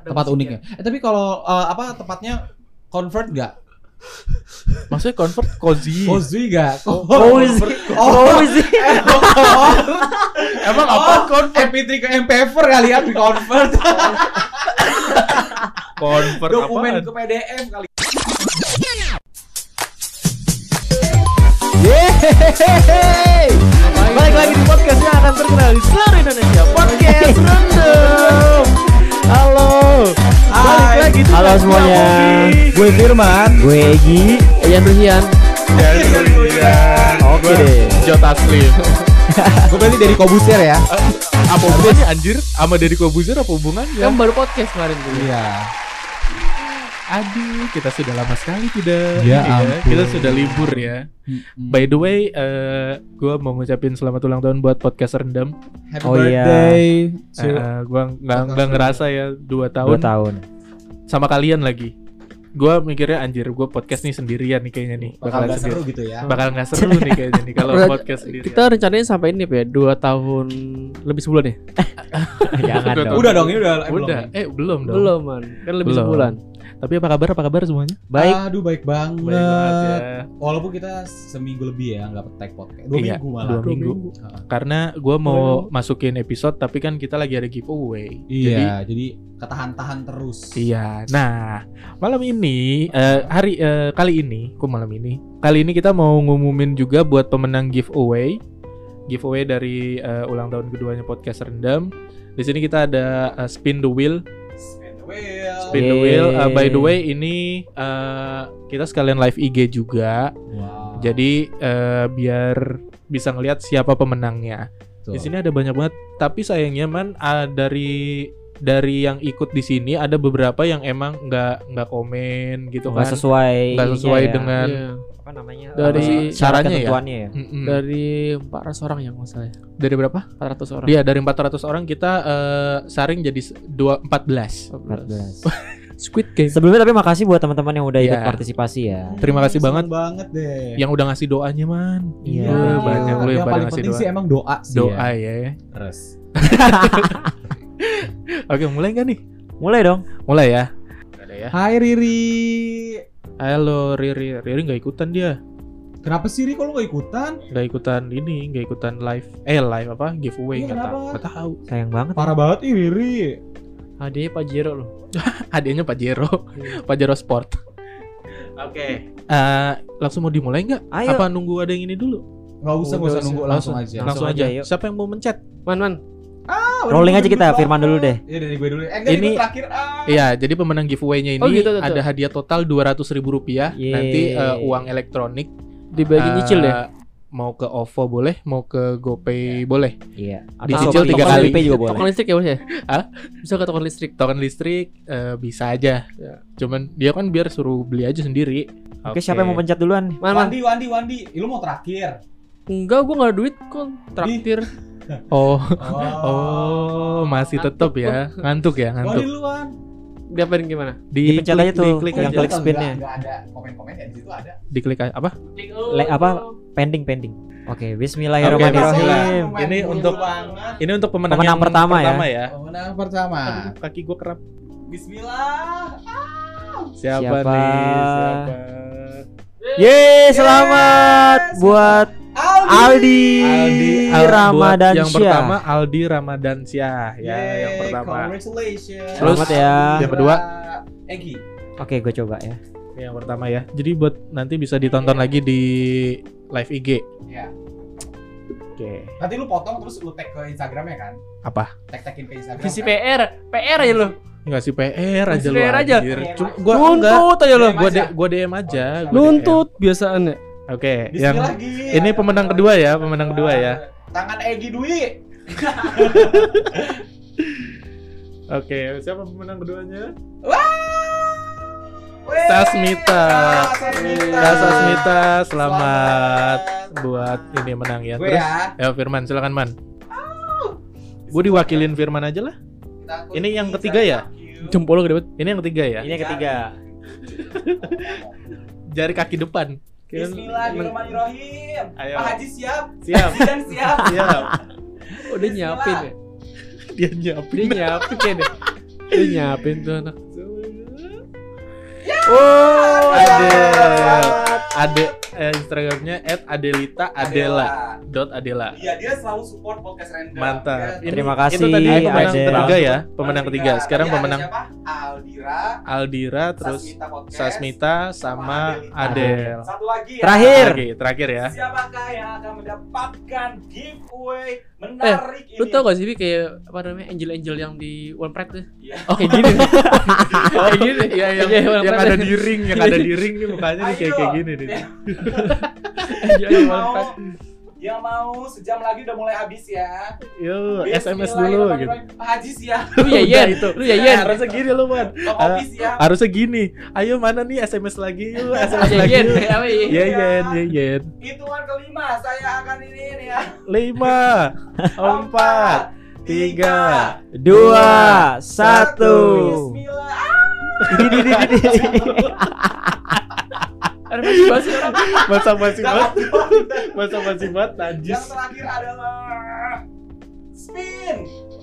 Tempat uniknya. Tapi kalau tepatnya convert nggak? Maksudnya convert cozy. Cozy nggak? Cozy. Emang apa convert? MP3 ke MP4 kali ya di convert. Convert Dokumen apaan? ke PDF kali. Yeay. Balik lagi di podcast yang akan terkenal di seluruh Indonesia, Podcast Random. Halo. Balik lagi. Halo semuanya. Gue Firman. Gue Egi. Ian Ruhian. Oke deh. Jot Taslim. Gue berarti dari Kobuser ya. Apa hubungannya anjir? Sama dari Kobuzer apa hubungannya? Kan baru podcast kemarin tuh. Iya. Aduh, kita sudah lama sekali tidak. Ya ini ampun. Kita sudah libur ya. By the way, gue mau ngucapin selamat ulang tahun buat podcast Rendam. Happy Oh iya. birthday. Gue nggak ngerasa ya 2 tahun 2 tahun. sama kalian lagi. Gue mikirnya anjir, gue podcast nih sendirian nih kayaknya nih. Bakal Bakalan gak seru sendiri. gitu ya. Bakal nggak seru nih kayaknya nih kalau Udah, podcast sendirian. Kita rencananya sampai ini ya 2 tahun lebih sebulan ya? Jangan dong. Udah dong, ini udah. Udah, belum dong. Belum man, kan lebih Belum. sebulan. Tapi apa kabar semuanya? Baik. Aduh baik banget. Baik banget ya. Walaupun kita seminggu lebih ya nggak tag podcast. 2 Iya, minggu malah. 2 minggu. Karena gue mau masukin episode, tapi kan kita lagi ada giveaway. Iya, jadi ketahan-tahan terus. Iya. Nah, malam ini kali ini kita mau ngumumin juga buat pemenang giveaway dari ulang tahun keduanya podcast Rendam. Di sini kita ada spin the wheel. Spin the wheel. By the way, ini kita sekalian live IG juga. Wow. Jadi biar bisa ngelihat siapa pemenangnya. Tuh. Di sini ada banyak banget. Tapi sayangnya dari yang ikut di sini ada beberapa yang emang nggak komen gitu Nggak kan. sesuai. Nggak sesuai ininya ya. dengan Iya. apa namanya? Dari caranya ya? ketentuannya ya. Mm-mm. Dari 400 orang ya masalah ya. Dari berapa? 400 orang. Iya, dari 400 orang kita saring jadi 14. 14. Squid Game. Sebelumnya tapi makasih buat teman-teman yang udah ikut Iya. partisipasi ya. Terima kasih Seneng banget banget deh. yang udah ngasih doanya, Man. Iya. banyak lu yang Yang pada paling ngasih penting doa. sih emang doa sih. Doa Ya. ya. Terus. Oke, mulai nggak nih? Mulai dong. Mulai ya. Nggak ada ya. Hai Riri. Halo Riri nggak ikutan dia. Kenapa sih Riri kalau nggak ikutan? Nggak ikutan live apa giveaway, Iya, kenapa? nggak tahu. Sayang banget. Parah banget ih Riri. Hadiahnya Pak Jero loh. Hadiahnya Pak Jero Sport. Oke. Langsung mau dimulai nggak? Ayo. Apa nunggu ada yang ini dulu? Nggak usah nunggu, langsung aja. Langsung aja, aja. yuk. Siapa yang mau mencet? Man. Rolling aja kita, Firman dulu deh. Iya dari gue dulu. Enggak, Ini- ini terakhir. Iya, jadi pemenang giveaway-nya ini Oh, gitu. ada hadiah total Rp200.000. Yeay. Nanti uang elektronik. Dibagi nyicil deh. Mau ke OVO boleh, mau ke GoPay boleh. Iya. Dicicil token 3 kali. GoPay juga boleh. Token listrik ya Bos ya? Hah? Bisa ke token listrik. Token listrik bisa aja. Ya. Cuman dia kan biar suruh beli aja sendiri. Oke, siapa yang mau pencet duluan? Man. Wandi. Ih, lu mau terakhir? Enggak, gua enggak ada duit kok. Traktir. Oh, Oh. masih tetap ya. Ngantuk ya, Wandi ngantuk. duluan. Diapain gimana? Dipencet aja tuh, Diklik yang aja. klik spinnya. Enggak ada komen-komen ya di situ ada. Diklik aja. Apa? Pending. Oke, bismillahirrahmanirrahim. Ini untuk- Ini untuk pemenang, Pemenang yang pertama ya. ya. Pemenang pertama. Aduh, kaki gua kerap. Bismillah. Siapa Siapa? nih? Siapa? Yeay, selamat buat Aldi buat Ramadan yang pertama Aldi Ramadansyah ya, yang pertama. Congratulations. Terus Selamat ya. yang kedua? Egi. Oke, gue coba ya. Yang pertama ya. Jadi buat nanti bisa ditonton lagi di live IG. Ya. Oke. Nanti lu potong terus lu tag ke Instagramnya kan? Apa? Tag-tagin ke Instagram. Visi kan? PR aja lo. Ngasih PR aja Ngasih lu. PR aja. anjir. Gua enggak. Nuntut aja lo. Gua DM aja. Gua Nuntut biasaan ya. DM. Oke, yang Bismillah, Gi. ini pemenang kedua ya, pemenang kedua ya. Tangan Egi Dwi. Oke, siapa pemenang keduanya? Weh. Sasmita. Sasmita. Kak Sasmita, selamat buat ini menang ya. Gue Terus, ya. Firman, silakan Man. Gue diwakilin Firman aja lah. Ini yang ketiga ya? Jempol lo gede banget. Ini yang ketiga ya. Ini yang ketiga. Jari kaki depan. Bismillahirrahmanirrahim. Ayo. Pak Haji siap. Siap. Dan siap. Siap. Oh, dia nyiapin ya. Dia nyiapin. Dia nyiapin kayaknya. Lu nyapin tuh anak. Ade Instagramnya @adelita_adela. Iya, dia selalu support podcast random. Mantap. Dia- Terima kasih, Itu tadi pemenang Adel. ketiga ya, pemenang ketiga. Sekarang Tadi ada pemenang siapa? Aldira, terus Sasmita Podcast, Sasmita sama Adel. Satu lagi ya. Terakhir ya. Siapakah yang akan mendapatkan giveaway menarik ini? Lu tau gak sih Bi, kayak apa namanya angel yang di One Pride tuh? Iya. Kayak gini. Kayak gini. Iya, yang ada di ring, nih mukanya nih kayak gini nih. Yang mau sejam lagi udah mulai habis ya. Yo, SMS dulu gitu. Haji ya. Lu ya itu. Lu ya Harusnya gini loh, Man. Habis ya. Harusnya gini. Ayo mana nih SMS lagi yuk, SMS Ya lagi. Yen, yuk. apa ya? Yen. Hitungan kelima saya akan ini ya. 5 4 3 2 1. Bismillah. Ada masih orang. Basa-basi Jangan banget. Basa-basi banget najis. Yang terakhir adalah spin.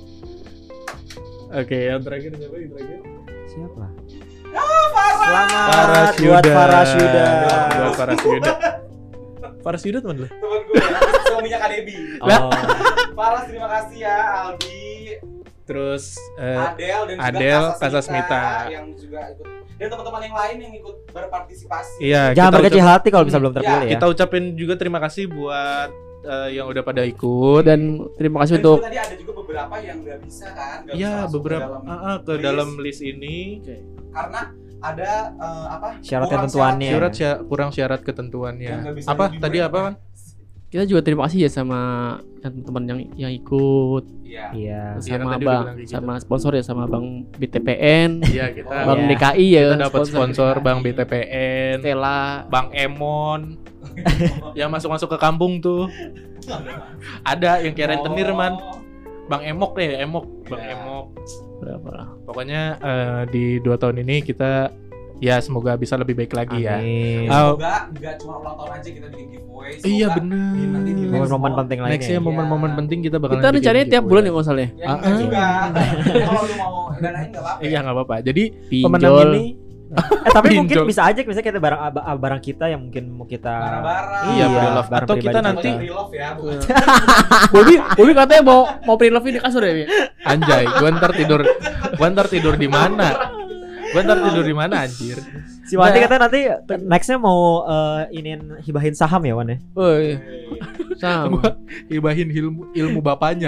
Oke, yang terakhir siapa yang terakhir? Siapa? Farah. Selamat buat Farah Yuda. Buat Farah Yuda. Farah Yuda teman lu? Temen gue ya. Suaminya Kak Debi. Oh. Farah, terima kasih ya Aldi, Terus Adel dan juga Adel, Kak Sasmita yang juga ikut, dan teman-teman yang lain yang ikut berpartisipasi. iya, Jangan kita berkecil ucap- hati kalau bisa belum terpilih ya. Kita ucapin juga terima kasih buat yang udah pada ikut. Dan terima kasih Dan untuk juga tadi ada juga beberapa yang nggak bisa kan, nggak bisa Iya, masuk beberapa ke list, dalam list ini. karena ada Syarat kurang ketentuannya. Kurang syarat ketentuannya. Yang nggak bisa Apa di tadi break. apa, Man? kita juga terima kasih ya sama teman-teman yang ikut, Iya. Iya. Iya, kan sama tadi udah Bang, bilang kayak sama sponsor ya, sama Bang BTPN, Iya, kita Bang Iya. DKI ya, kita dapat sponsor Bang BTPN, Stella. Bang Emon yang masuk ke kampung tuh. Ada yang kayak rentenir, Man. Bang Emok deh, Bang Iya. Emok. Berapa lah? Pokoknya di 2 tahun ini kita ya semoga bisa lebih baik lagi ya. Amin. Semoga nggak cuma ulang tahun aja kita bikin giveaway. Iya Semoga bener. nanti di Momen-momen next penting lainnya. Nextnya ya. momen-momen penting kita bakal Kita rencananya tiap bulan ya kalau salah ya. Ya enggak juga. Kalau lu mau danain enggak apa-apa. Iya nggak apa-apa. Jadi pemenang Pinjol. ini Tapi mungkin Pinjol. bisa aja misalnya kita barang kita yang mungkin mau kita Barang-barang. Iya, Iya, pre-love. barang Atau kita pribadi nanti Free love ya, bukan. Bobby katanya mau print love di kasur ya, Bi? anjay, gua ntar tidur di mana? Gua ntar tidur di mana anjir? Si Wandi katanya nanti nextnya mau iniin hibahin saham ya Wan ya. Oh iya. Sama. Gua hibahin ilmu bapaknya.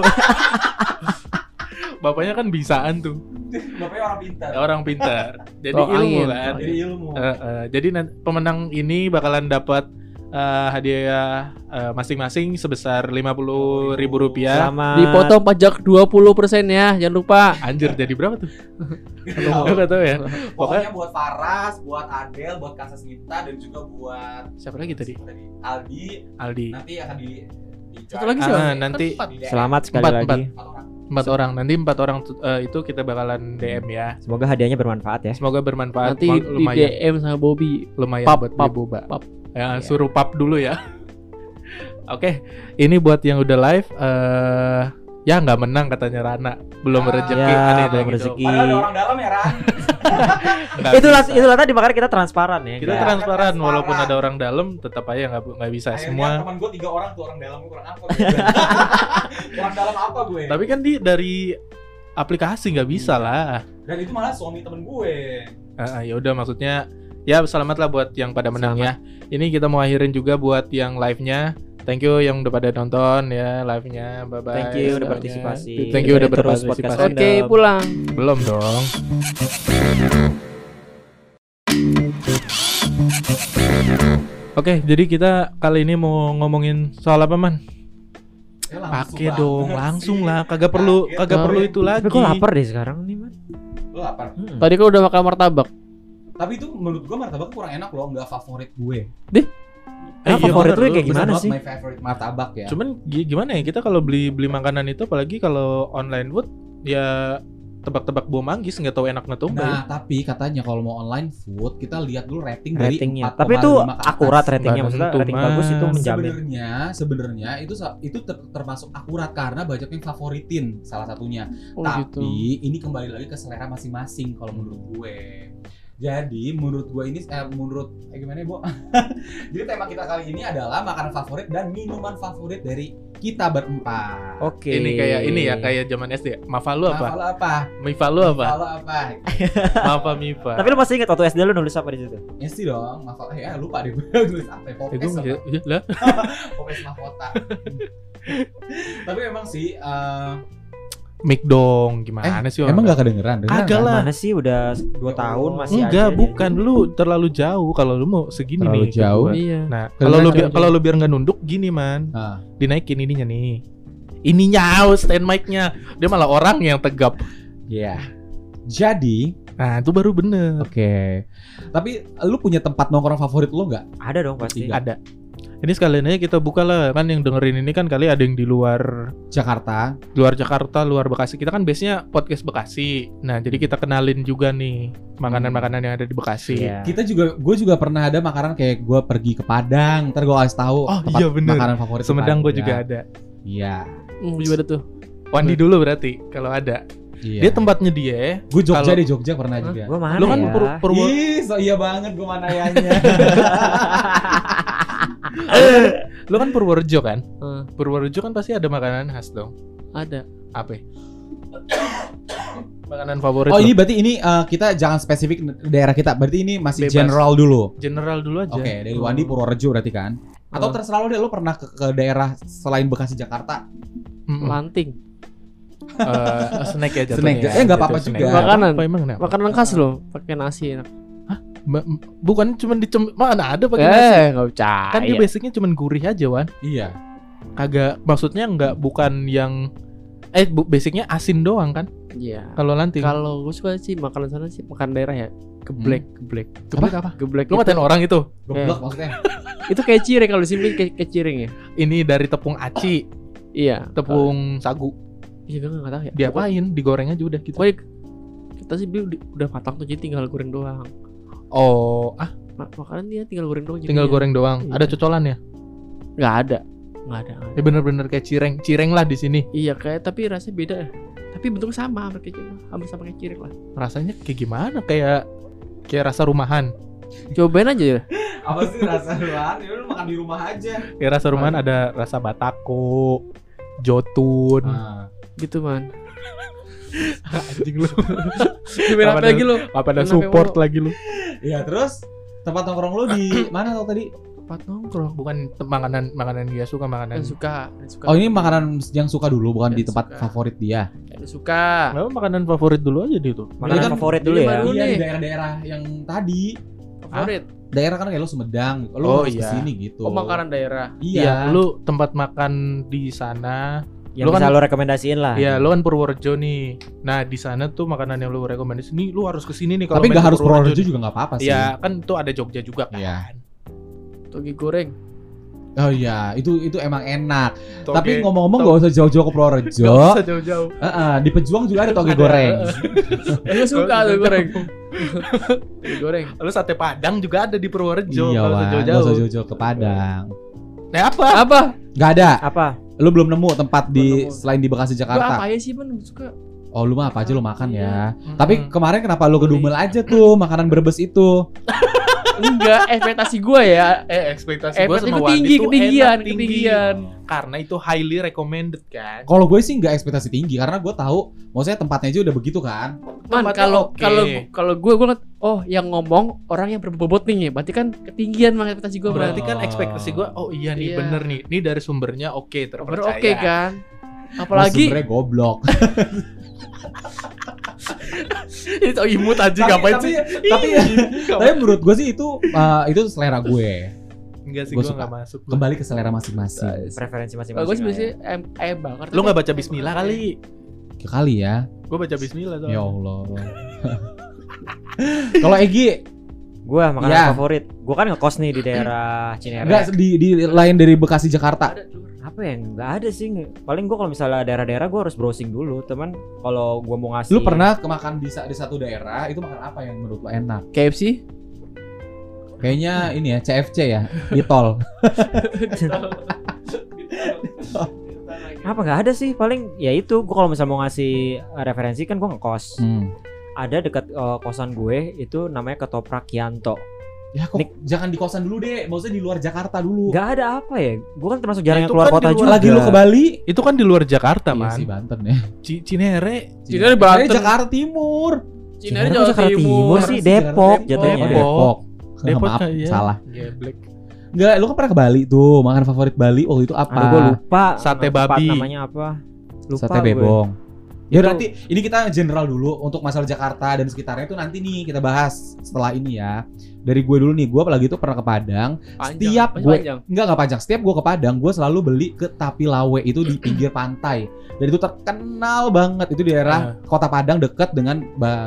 Bapaknya kan bisaan tuh, Bapaknya orang pintar. orang pintar. Jadi Oh, ilmu angin. kan. Jadi ilmu. Jadi pemenang ini bakalan dapat hadiah masing-masing sebesar Rp50.000. Selamat. Dipotong pajak 20% ya, jangan lupa. Anjir, jadi berapa tuh? Tahu. Gak tau ya. Pokoknya buat Faras, buat Adel, buat Kak Sasmita, dan juga buat Siapa lagi tadi? Aldi. Nanti akan di Satu lagi siapa? Nanti Kan 4. Selamat sekali Empat, lagi. 4 orang. Nanti 4 orang itu kita bakalan DM ya. Semoga hadiahnya bermanfaat ya. Semoga bermanfaat. Nanti di lumayan DM sama Bobby. lumayan Pap, buat pap, beli boba. pap. Ya, suruh pap dulu ya. Oke, ini buat yang udah live ya nggak menang katanya Rana. Belum rezeki ya, aneh belum gitu. rezeki. Padahal ada orang dalam ya, Ran. Nggak Itulah bisa. tadi makanya kita transparan ya. Kita Nggak- transparan transparan. walaupun ada orang dalam tetap aja nggak bisa Akhirnya semua. teman gue 3 orang tuh, orang dalam gue kurang apa gue. Kurang dalam apa gue? Tapi kan dari aplikasi nggak bisa lah. Dan itu malah suami temen gue. Ya udah maksudnya ya selamat lah buat yang pada menang ya. Ini kita mau akhirin juga buat yang live-nya. Thank you yang udah pada nonton ya live-nya. Bye bye. Thank you udah partisipasi. Thank you udah Terus berpartisipasi. podcast Oke, random. pulang. Belum dong. Oke, jadi kita kali ini mau ngomongin soal apa, Man? Pakai dong, langsung lah. Kagak perlu itu lagi. Tapi gue lapar deh sekarang nih man. Lu lapar. Tadi kan udah makan martabak. Tapi itu menurut gue martabak kurang enak loh, nggak favorit gue. Nah, favorit lu kayak gimana Not sih? my favorite martabak ya. Cuman gimana ya kita kalau beli makanan itu apalagi kalau online food ya tebak-tebak buah manggis, nggak tahu enak nggak tahu enggak. Nah, tapi katanya kalau mau online food kita lihat dulu rating dari Ratingnya. 4,5 Tapi itu ke atas. akurat ratingnya, Nggak maksudnya tentu, rating bagus itu Mas. menjamin. Sebenarnya itu termasuk akurat karena banyak yang favoritin salah satunya. Oh, Tapi gitu. ini kembali lagi ke selera masing-masing kalau menurut gue. Jadi menurut gue ini gimana ya, Bo? Jadi tema kita kali ini adalah makanan favorit dan minuman favorit dari kita berempat. Oke. Ini kayak zaman SD ya. Mafa lu apa? Kalau apa? Mifa lu apa? Kalau apa? Mafa Mifa. Tapi lu masih ingat waktu SD lu nulis apa di situ? Ya sih dong, lupa deh gue nulis apa ya, Gue Popes apa? lah. Popes mahkota. Tapi emang sih Mik dong, gimana sih orang? emang gak kedengeran? Kagak lah. Mana sih udah 2 tahun masih Enggak, aja bukan lu terlalu jauh kalau lu mau segini Terlalu nih. ke jauh? gua. Iya. Nah, Kedengeran kalau lu biar nggak nunduk gini man, Nah. dinaikin ininya nih. Ininya stand mic-nya. Dia malah orang yang tegap. Iya. Jadi, Nah, itu baru bener. oke. Tapi lu punya tempat nongkrong favorit lu nggak? Ada dong pasti. Tiga. Ada. Ini sekalian aja kita buka lah, kan yang dengerin ini kan kali ada yang di luar Jakarta. Jakarta, luar Bekasi. Kita kan base-nya podcast Bekasi. Nah, jadi kita kenalin juga nih makanan-makanan yang ada di Bekasi. Iya. Gue juga pernah ada makanan kayak gue pergi ke Padang. Ntar gue kasih tahu Oh, tempat iya bener. makanan favorit. Sumedang gue Padang. juga ada. Iya. Juga ada tuh. Wandi dulu berarti kalau ada. Iya. Dia tempatnya dia. Gue Jogja kalau- di Jogja pernah juga. Gua mana Lu kan ya? Ih, so iya banget gue mana yanya. Lu kan Purworejo kan? Eh, Purworejo kan pasti ada makanan khas dong. ada. Apa? Makanan favorit Oh lo? ini berarti ini kita jangan spesifik daerah kita. Berarti ini masih Bebas. general dulu. General dulu aja. Oke, dari Wandi Purworejo berarti kan? Atau Oh. terserah lo deh, lo pernah ke daerah selain Bekasi Jakarta? Mm-mm. Lanting. Snack ya jatuhnya. Snack. Nggak apa-apa Jatuh juga. snack. Makanan. Apa emang kenapa? Makanan khas loh, pakai nasi enak. Bukan cuma mana ada pakai nasi. Enggak percaya. Kan dia basicnya cuma gurih aja, Wan. Iya. Kagak, maksudnya bukan yang basicnya asin doang kan? Iya. Kalau lanting. Kalau gue suka sih makanan sana sih makan daerah ya. Geblek. Geblek apa? Geblek. Lu ngatain orang itu? Goblok maksudnya. Itu kayak cireng kalau di sini kayak cireng ya. Ini dari tepung aci, Iya. tepung sagu. Iya gue nggak tahu ya. Diapain? Digoreng aja udah gitu. Pokoknya kita sih beli udah matang tuh jadi tinggal goreng doang. Oh, Makanan dia tinggal goreng doang. tinggal jadinya. goreng doang. Iya. Ada cocolannya? Nggak ada. Nggak ada. Ya bener-bener kayak cireng lah di sini. Iya kayak tapi rasanya beda. Tapi bentuknya sama hampir sama kayak cireng lah. Rasanya kayak gimana? Kayak rasa rumahan. Cobain aja ya. Apa sih rasa luar? Ya lu makan di rumah aja. Kayak rasa rumahan ada rasa batako, jotun. Ah. Gitu man. Anjing lu. Cobain apa lagi lo? Apa ada Kenapa support mau? lagi lu? Iya, terus tempat nongkrong lu di mana lo tadi? Tempat nongkrong. Bukan makanan dia suka makanan. Yang suka. Oh, ini makanan yang suka dulu, bukan di Yang tempat suka. favorit dia. Yang suka. Kenapa makanan favorit dulu aja di itu? Makanan kan favorit dulu ini ya. baru Iya, nih. di daerah-daerah yang tadi. Favorit. Daerah kan kayak lu Sumedang, lu Oh, harus iya. kesini gitu. Oh makanan daerah. Iya. Lu tempat makan di sana. Yang Lu bisa kan- lo rekomendasiin lah. Iya, lu kan Purworejo nih. Nah, di sana tuh makanan yang lu rekomendasi nih, lu harus kesini nih kalau Tapi main nggak ke harus Purworejo nih. juga nggak apa-apa sih. Iya, kan itu ada Jogja juga kan. Iya. Toge goreng. Oh iya, itu emang enak. Toge- Tapi ngomong-ngomong nggak usah jauh-jauh ke Purworejo. Nggak usah jauh-jauh. Di Pejuang juga ada toge Ada. goreng. Gue suka toge goreng. Toge goreng. Lalu sate Padang juga ada di Purworejo. Iya, Nggak usah Wan. Nggak jauh-jauh. usah jauh-jauh ke Padang. Nah, apa? Apa? Nggak ada. Apa? Lu belum nemu tempat Belum nemu. selain di Bekasi Gue Jakarta. apa ya sih man suka. Oh, lu mah apa aja lu makan ya. Mm-mm. Tapi kemarin kenapa lu kedumel aja tuh makanan Brebes itu? Enggak, ekspektasi gue ya. ekspektasi gua Ekspektasi sama gue Wandi tinggi, tuh ketinggian, enak, tinggi. ketinggian. Karena itu highly recommended kan. Kalau gue sih nggak ekspektasi tinggi karena gue tahu, maksudnya tempatnya aja udah begitu kan. Man, Tempatnya kalau oke. kalau gue ngeliat, oh yang ngomong orang yang berbobot nih, berarti kan ketinggian mah ekspektasi gue Berarti berarti. kan ekspektasi gua, oh iya nih Iya. bener nih. Ini dari sumbernya oke, Bener terpercaya. oke kan? Lu Apalagi sebenarnya goblok. Itu imut aja ngapain sih? Tapi menurut gue sih itu selera gue. Enggak sih, Gua gua suka. enggak masuk. Kembali ke selera masing-masing. Preferensi kalau masing-masing. gue lah sebenarnya ya. ayam bakar. Lu enggak baca bismillah kali? Kali ya. Gua baca bismillah soalnya. Ya Allah. Kalau Egi Gua makanan Iya. favorit. Gua kan ngekos nih di daerah Cinere. enggak di lain dari Bekasi Jakarta. Ada, Lur. apa ya, nggak ada sih. Paling gue kalau misalnya daerah-daerah gue harus browsing dulu teman. Kalau gue mau ngasih, Lu pernah makan di satu daerah itu makan apa yang menurut lu enak? KFC? Kayaknya ini ya CFC ya di tol. apa nggak ada sih. Paling ya itu gue kalau misalnya mau ngasih referensi kan gue ngekos. Ada dekat kosan gue itu namanya Ketoprak Yanto. Ya kok jangan di kosan dulu deh, maksudnya di luar Jakarta dulu. Gak ada apa ya, gue kan termasuk jarang itu keluar kan kota di luar- juga. Lagi lu ke Bali? Itu kan di luar Jakarta, Iya man. sih Banten ya. Cinere. Cinere Banten. Jakarta Timur. Cinere Jawa Jawa Timur Timur. sih, Depok jatuhnya. Depok. Depok. Maaf, kan, ya. salah. Geblek. Enggak, lu kan pernah ke Bali tuh. Makan favorit Bali waktu itu apa? Aduh gue lupa. Sate tempat babi. namanya apa? Lupa Sate gue. bebong. Ya Itu- nanti ini kita general dulu untuk masalah Jakarta dan sekitarnya itu nanti nih kita bahas setelah ini ya. Dari gue dulu nih, gue apalagi tuh pernah ke Padang. Setiap gue enggak panjang. Setiap gue ke Padang, gue selalu beli ke Tapilawe itu di pinggir pantai. Dan itu terkenal banget. Itu di daerah Kota Padang dekat dengan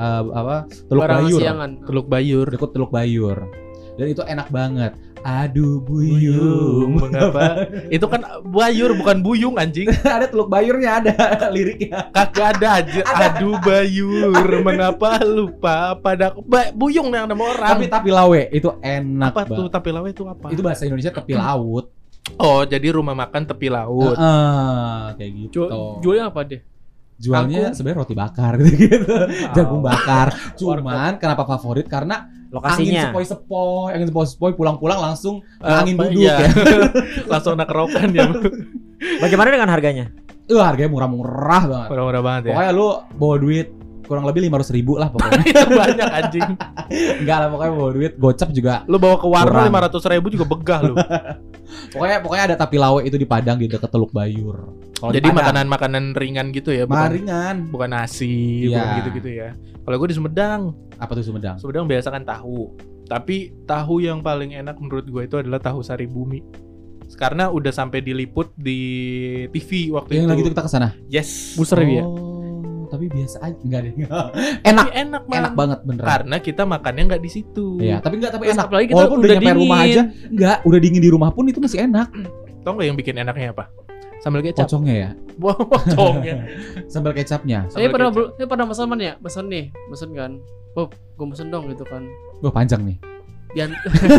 Teluk Bayur. Teluk Bayur. Dekat Teluk Bayur. Dan itu enak banget. Aduh buyung. Mengapa? Itu kan bayur bukan buyung anjing. Ada Teluk Bayurnya, ada liriknya. Kagak ada aja. Aduh bayur. Mengapa lupa pada buyung yang nama orang. Tapi Lawe itu enak apa banget. tuh tapi lawe itu apa? Itu bahasa Indonesia tepi laut. Oh, jadi rumah makan tepi laut. Kayak gitu. Jualnya apa deh? Jualnya Kangkung? sebenarnya roti bakar gitu. Jagung bakar. Cuman kenapa favorit? Karena Lokasinya. angin sepoi pulang-pulang langsung angin duduk iya. ya. Langsung nak kerokan ya. Bagaimana dengan harganya? Harganya murah-murah banget. Murah-murah banget ya. Pokoknya lu bawa duit kurang lebih 500.000 lah pokoknya. Itu banyak anjing. Enggak lah, pokoknya bawa duit gocap juga. Lu bawa ke warung Kurang. 500.000 juga begah lu. Pokoknya ada Tapilawe itu di Padang di dekat Teluk Bayur. Kalau di Jadi Padang, makanan ringan gitu ya, ringan. bukan nasi, Iya. bukan gitu-gitu ya. Kalau gue di Sumedang, Apa tuh Sumedang? Sumedang biasa kan tahu. Tapi tahu yang paling enak menurut gue itu adalah tahu sari bumi. Karena udah sampai diliput di TV waktu Yang itu. lagi itu kita kesana. Yes. Buser ya? Tapi biasa aja. Enggak deh. Tapi enak, man. Enak banget beneran. Karena kita makannya nggak di situ. Iya, tapi tapi Terus enak. apalagi kita Walaupun udah udah nyampe rumah dingin. aja, udah dingin di rumah pun itu masih enak. Tau nggak yang bikin enaknya apa? Sambal kecap. Pocongnya ya. Wah, pocongnya. Sambal kecapnya. Saya Sambal pernah pesan ya, pesen kan. Oh, gue pesen dong gitu kan. Wah, panjang nih. Dian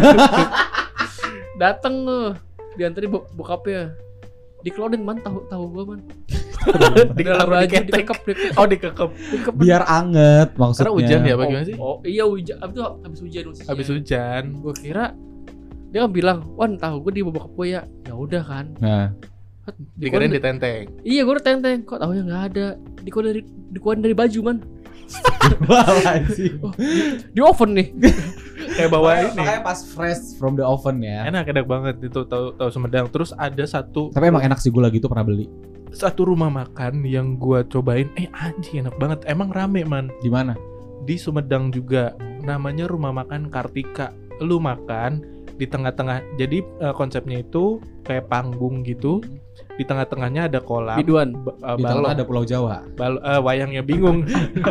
dateng tuh, diantri bokapnya. Dikeluarin man tahu gue man. Ditaruh di baju ketek. dikekep. Oh, dikekep. Biar anget maksudnya. Karena hujan ya, bagaimana sih? Oh iya hujan. Abis hujan maksudnya. Habis hujan. Gue kira dia kan bilang, "Wan, tahu gue di bokap gue ya." Ya udah kan. Nah, Dikirain ditenteng. Iya, gue udah tenteng. Kok tahu nggak ada? Dikeluarin dari baju man. wah sih. Di oven nih. Kayak bawa ini. Makanya pas fresh from the oven ya. Enak banget itu tahu Sumedang. Terus ada satu Tapi emang enak sih, gue lagi tuh pernah beli. satu rumah makan yang gua cobain. Anjing enak banget. Emang rame man. Di mana? Di Sumedang juga. Namanya rumah makan Kartika. Lu makan di tengah-tengah. Jadi konsepnya itu kayak panggung gitu. Di tengah-tengahnya ada kolam. Biduan. Di Balon. tengah ada Pulau Jawa. Wayangnya bingung.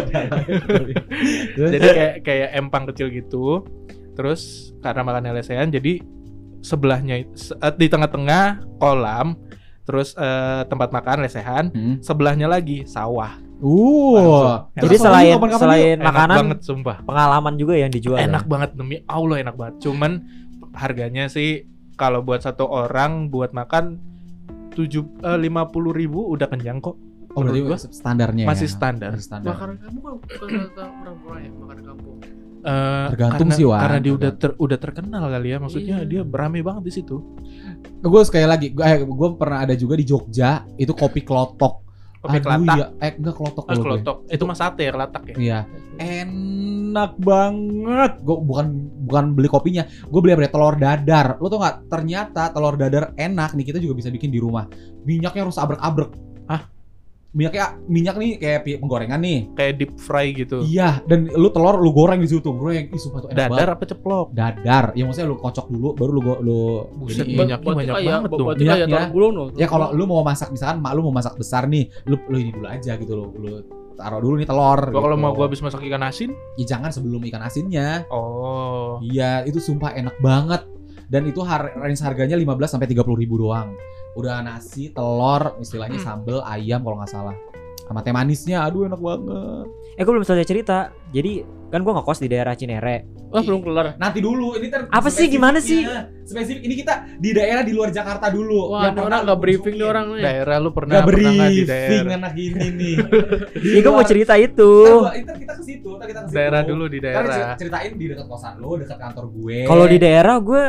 Jadi kayak empang kecil gitu. Terus karena makannya lesehan, jadi sebelahnya di tengah-tengah kolam, terus tempat makan lesehan, sebelahnya lagi sawah. Jadi selain Enak makanan, banget sumpah. pengalaman juga yang dijual. Enak banget demi Allah, enak banget. Cuman harganya sih kalau buat satu orang buat makan 50.000 udah kenyang kok. Oh, berarti Menurut gua standarnya masih ya? standar. Masih standar. Makanan kamu kan bukan orang-orang ya, makanan kampung. Tergantung karena, sih, Wan. Karena dia udah terkenal kali ya, maksudnya Iya. dia berame banget di situ. Gue sekali lagi, gue pernah ada juga di Jogja, itu kopi klotok. Kopi Aduh, kelatak. ya, enggak klotok kalau gue. Kelotok. Itu mas sate ya, kelatak ya. Iya, enak banget. Gue bukan beli kopinya, gue beli apa ya, telur dadar. Lo tau nggak? Ternyata telur dadar enak nih, kita juga bisa bikin di rumah. Minyaknya harus abrek-abrek. Minyak nih kayak penggorengan nih. Kayak deep fry gitu. Iya, dan lu telur lu goreng di situ, goreng. Ih, sumpah tuh enak Dadar banget. apa ceplok? Dadar. Ya maksudnya lu kocok dulu baru lu Buset, iniin. minyaknya banyak banget dong. Berarti kayak Minyaknya. taruh gulung loh. Ya kalau lu mau masak, misalkan mak lu mau masak besar nih, lu ini dulu aja gitu lu taruh dulu nih telur. Gua kalau gitu. mau gua habis masak ikan asin, Ya jangan sebelum ikan asinnya. oh. Iya, itu sumpah enak banget. Dan itu range harganya 15 sampai 30.000 doang. Udah nasi, telur, istilahnya sambel, ayam kalau nggak salah. Sama teh manisnya, aduh enak banget. Gue belum selesai cerita. Jadi kan gue ngekos di daerah Cinere. Wah, belum kelar. Nanti dulu, ini Apa sih, gimana sih? Spesifik, ini kita di daerah di luar Jakarta dulu. Wah, ini orang nggak briefing nih orang nih. Daerah lu pernah Gak pernah nggak di briefing daerah? anak ini nih. Iya gue mau cerita itu. Ntar kita ke situ, Daerah dulu di Kan daerah. ceritain di dekat kosan lu, dekat kantor gue. Kalau di daerah gue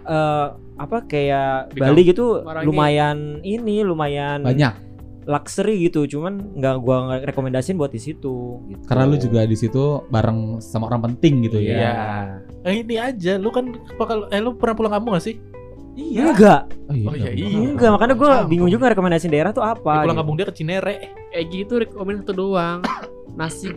kayak Di Bali gitu Marangi. lumayan banyak. luxury gitu, cuman nggak rekomendasiin buat di situ. Gitu. Karena lu juga di situ bareng sama orang penting gitu ya. Iya. Ini aja, lu kan lu pernah pulang kampung gak sih? Iya. Enggak, Oh iya, iya. enggak. Makanya gue bingung juga rekomendasiin daerah tuh apa. Pulang gitu. kampung dia ke Cinere. Gitu rekomen satu doang. Nasi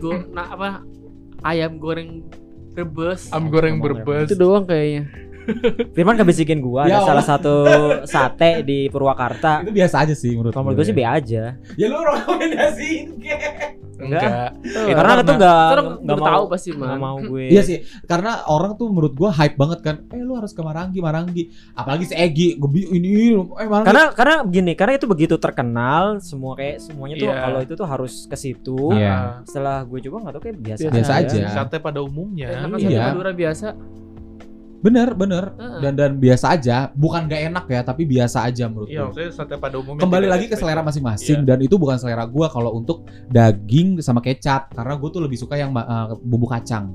ayam goreng rebus. Am goreng berbes. Itu doang kayaknya. Firman kebisikin gue Ya ada salah Allah. satu sate di Purwakarta. Itu biasa aja sih menurut Kalau menurut gue sih B aja. Ya lu rekomendasiin Enggak. Karena itu nggak Nggak tahu pasti nggak mah. mau gue. Iya sih, karena orang tuh menurut gua hype banget kan. Lu harus ke Marangi. Apalagi si Egi, ini Marangi. Karena begini, karena itu begitu terkenal, semuanya tuh Iya. kalau itu tuh harus ke situ. Iya. Setelah gue coba nggak tahu kayak biasa, Biasa aja. Sate pada umumnya. Makan Iya. sate Madura biasa. Bener. Heeh. Dan biasa aja, bukan gak enak ya, tapi biasa aja menurut Iya, gua. maksudnya sate pada umumnya. Kembali tidak lagi ada ke selera spesial. masing-masing Iya. dan itu bukan selera gua kalau untuk daging sama kecap karena gua tuh lebih suka yang bumbu kacang.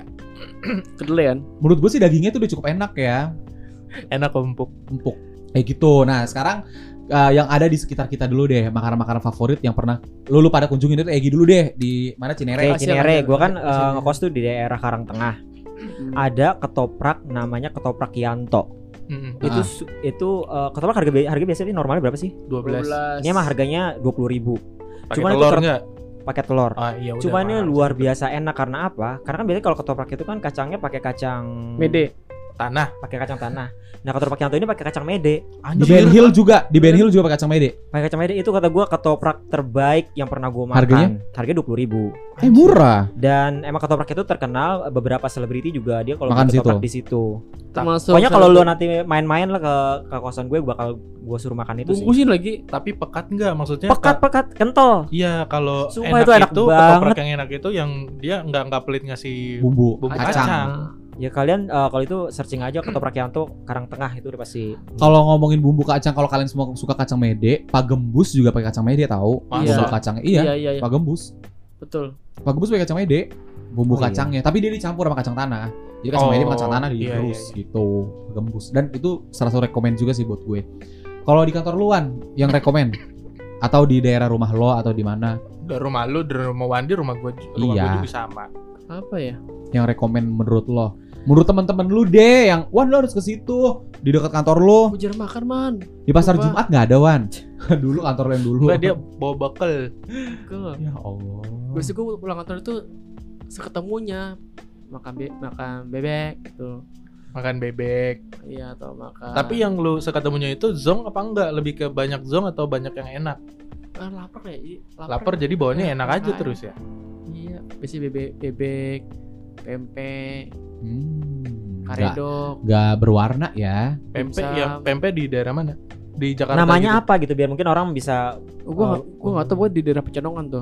Kedelean. Menurut gua sih dagingnya tuh udah cukup enak ya, Enak empuk. empuk. Kayak gitu. Nah, sekarang yang ada di sekitar kita dulu deh, makanan-makanan favorit yang pernah lu pada kunjungin itu Egi dulu deh di mana Cinere. Kayak Cinere, gue kan Asia. ngekos tuh di daerah Karangtengah. Ada ketoprak namanya ketoprak Yanto. Mm-mm. Itu ketoprak harga biasanya normalnya berapa sih? 12. Ini mah harganya 20.000 Pakai Cuman itu telur enggak? pakai telur. Ah, iya udah. Cuman ini mahal luar sih. biasa enak karena apa? Karena kan biasanya kalau ketoprak itu kan kacangnya pakai kacang Mede. Tanah. pakai kacang tanah. Nah, ketoprak Yanto ini pakai kacang mede. Di Ben Hill juga, pakai kacang mede. Pakai kacang mede itu kata gua ketoprak terbaik yang pernah gua makan. Harganya 20.000 Murah. Dan emang ketoprak itu terkenal, beberapa selebriti juga dia kalau Makan bikin ketoprak situ. di situ. Termasuk Pokoknya kalau lu nanti main-main lah ke kosan gue bakal gua suruh makan itu sih. bungkusin lagi. Tapi pekat enggak maksudnya? Pekat kental. Iya, kalau Sumpah itu enak ketoprak banget. yang enak itu yang dia enggak pelit ngasih Bumbu bumbu kacang. kacang. Ya kalian kalau itu searching aja ketoprak Yanto Karangtengah itu udah pasti. Kalau ngomongin bumbu kacang, kalau kalian semua suka kacang mede, Pak Gembus juga pakai kacang mede tahu. Masa? Bumbu kacangnya. Iya, Iya. Pak Gembus. Betul. Pak Gembus pakai kacang mede, bumbu Oh, iya. kacangnya, tapi dia dicampur sama kacang tanah. Jadi kacang mede sama kacang tanah iya, digerus iya. gitu, Pak Gembus. Dan itu salah satu rekomen juga sih buat gue. Kalau di kantor luan yang rekomen atau di daerah rumah lo atau di mana Dari rumah lu, dari rumah Wandi, rumah gua Iya. juga sama. Apa ya? yang rekomen menurut lo? Menurut teman-teman lu deh yang Wan lo harus ke situ di dekat kantor lo. Aku jarang makan, man. Di pasar Lupa. Jumat nggak ada Wan. Dulu kantor lo yang dulu. Enggak, dia bawa bekal. Enggak. Ya Allah. Biasanya gue pulang kantor itu seketemunya makan bebek gitu. Makan bebek. Iya, atau makan. Tapi yang lu seketemunya itu zong apa enggak? Lebih ke banyak zong atau banyak yang enak? lapar ya. Lapar jadi bawaannya enak aja terus ya. Iya, biasanya bebek, pempek, Nggak karedok. nggak berwarna ya. Pempek Dimsum. ya, pempek di daerah mana? Di Jakarta Namanya gitu. apa gitu biar mungkin orang bisa Gua nggak tahu buat di daerah Pecenongan tuh.